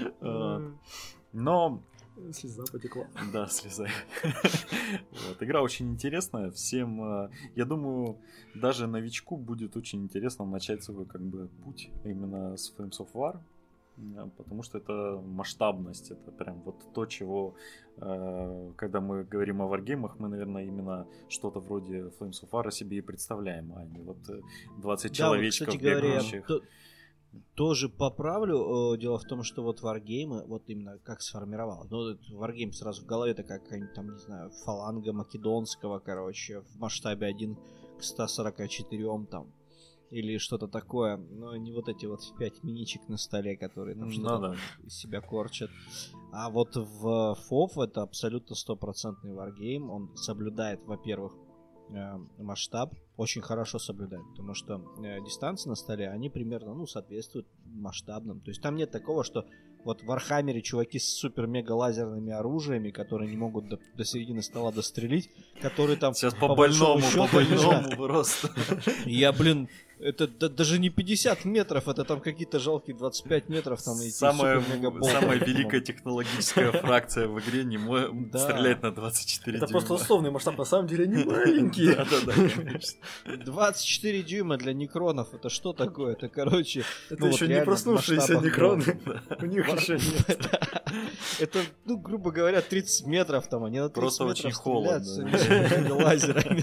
Но... Слеза потекла. Да, слезай. Вот. Игра очень интересная. Всем, я думаю, даже новичку будет очень интересно начать свой как бы путь именно с Flames of War. Потому что это масштабность, это прям вот то, чего, когда мы говорим о варгеймах, мы, наверное, именно что-то вроде Flames of War себе и представляем, а не вот 20 человечков кстати говоря, бегающих. Тоже поправлю. Дело в том, что вот варгеймы, вот именно как сформировал. Ну, варгейм сразу в голове, это какая-нибудь там, не знаю, фаланга македонского, короче, в масштабе 1 к 144 там. Или что-то такое. Но не вот эти вот 5 миничек на столе, которые там что-то из себя корчат. А вот в FoF это абсолютно стопроцентный варгейм. Он соблюдает, во-первых, масштаб, очень хорошо соблюдает, потому что дистанции на столе, они примерно, соответствуют масштабным. То есть там нет такого, что вот в Вархаммере чуваки с супер-мега-лазерными оружиями, которые не могут до середины стола дострелить, которые там... Сейчас по больному просто. Я, это даже не 50 метров, это там какие-то жалкие 25 метров. Там самая великая технологическая фракция в игре не стрелять на 24 дюйма. Это просто условный масштаб, на самом деле не маленький. Да, конечно. 24 дюйма для некронов, это что такое? Это, короче... Это еще не проснувшиеся некроны. У них еще нет. Это, грубо говоря, 30 метров там, они на 30 метров стреляют лазерами.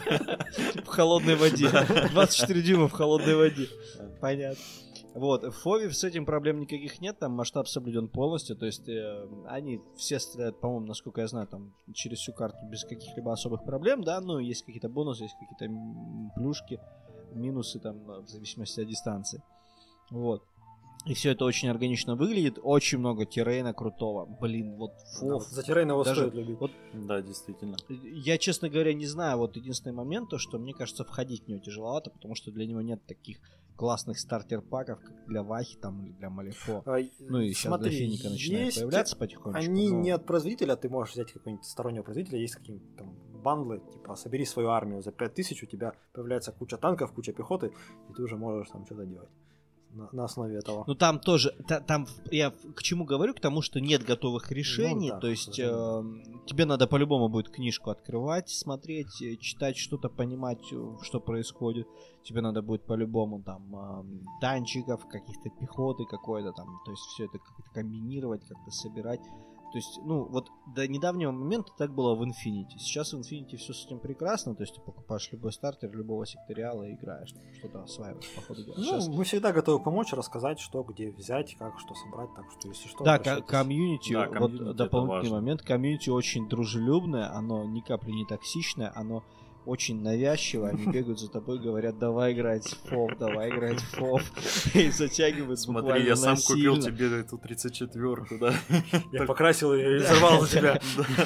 В холодной воде. 24 дюйма в холодной воде. Понятно. Вот, в Фове с этим проблем никаких нет, там масштаб соблюден полностью, то есть они все стреляют, по-моему, насколько я знаю, там через всю карту без каких-либо особых проблем, да, есть какие-то бонусы, есть какие-то плюшки, минусы там в зависимости от дистанции. Вот. И все это очень органично выглядит, очень много террейна крутого. Вот FoF. За террейн его стоит любить. Да, действительно. Я, честно говоря, не знаю, вот единственный момент, то, что мне кажется, входить в него тяжеловато, потому что для него нет таких классных стартер-паков, как для Вахи там или для Малифо. И сейчас для Феника начинает появляться потихонечку. Они не от производителя, ты можешь взять какого-нибудь стороннего производителя, есть какие-нибудь там бандлы, типа собери свою армию за 5000, у тебя появляется куча танков, куча пехоты, и ты уже можешь там что-то делать. На основе этого. Там тоже, там я к чему говорю, к тому, что нет готовых решений, то есть тебе надо по-любому будет книжку открывать, смотреть, читать что-то, понимать, что происходит. Тебе надо будет по-любому там танчиков, каких-то пехоты какой-то там, то есть все это как-то комбинировать, как-то собирать. То есть, вот до недавнего момента так было в Infinity. Сейчас в Infinity все с этим прекрасно. То есть ты покупаешь любой стартер, любого секториала и играешь. Что-то осваиваешь по ходу дела. Мы всегда готовы помочь, рассказать, что, где взять, как, что собрать. Так что, если что... Да, комьюнити, вот дополнительный момент. Комьюнити очень дружелюбное, оно ни капли не токсичное, оно очень навязчиво, они бегают за тобой, говорят, давай играть в FoF, давай играть в FoF, и затягивают буквально насильно. Смотри, я сам купил тебе эту 34-ку, да? Я покрасил ее и взорвал за тебя.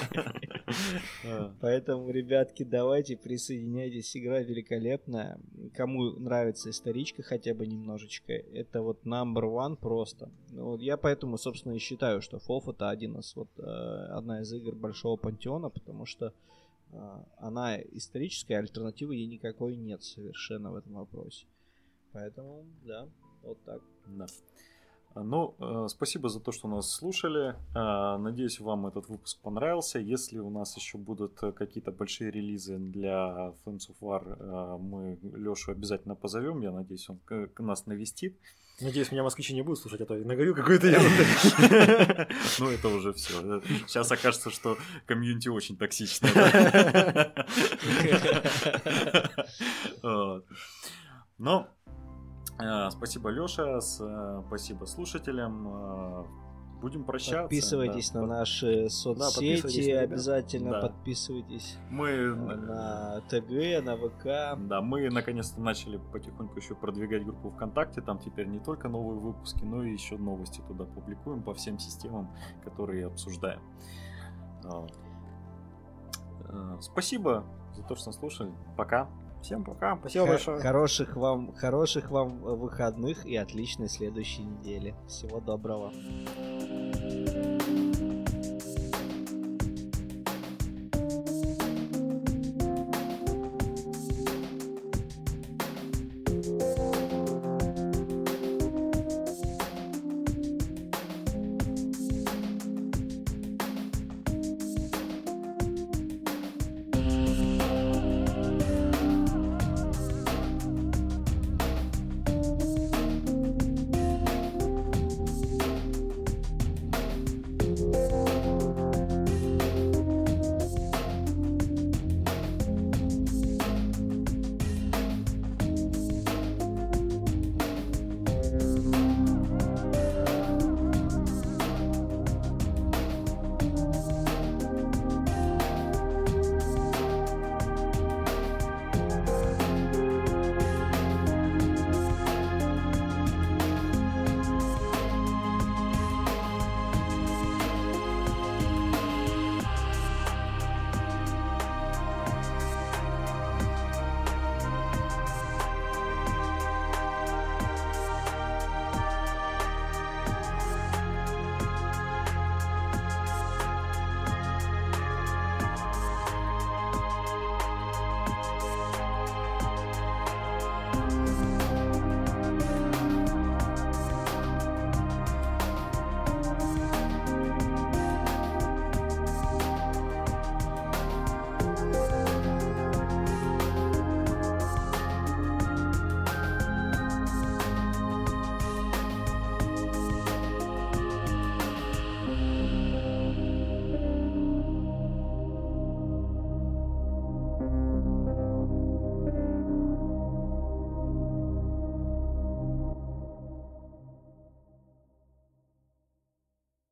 Поэтому, ребятки, давайте присоединяйтесь, игра великолепная. Кому нравится историчка хотя бы немножечко, это вот number one просто. Я поэтому, собственно, и считаю, что FoF это одна из игр большого пантеона, потому что она историческая, альтернативы ей никакой нет совершенно в этом вопросе. Поэтому, да, вот так. Да. Спасибо за то, что нас слушали. Надеюсь, вам этот выпуск понравился. Если у нас еще будут какие-то большие релизы для Flames of War, мы Лешу обязательно позовем. Я надеюсь, он нас навестит. Надеюсь, меня москвичи не будут слушать, а то я наговорил какой-то ерунды. Это уже все. Сейчас окажется, что комьюнити очень токсичное. Но спасибо, Лёша, спасибо слушателям. Будем прощаться. Подписывайтесь на наши соцсети, обязательно подписывайтесь на ТГ, на ВК. Да, мы наконец-то начали потихоньку еще продвигать группу ВКонтакте. Там теперь не только новые выпуски, но и еще новости туда публикуем по всем системам, которые обсуждаем. Спасибо за то, что слушали. Пока. Всем пока. Спасибо большое. Хороших вам выходных и отличной следующей недели. Всего доброго.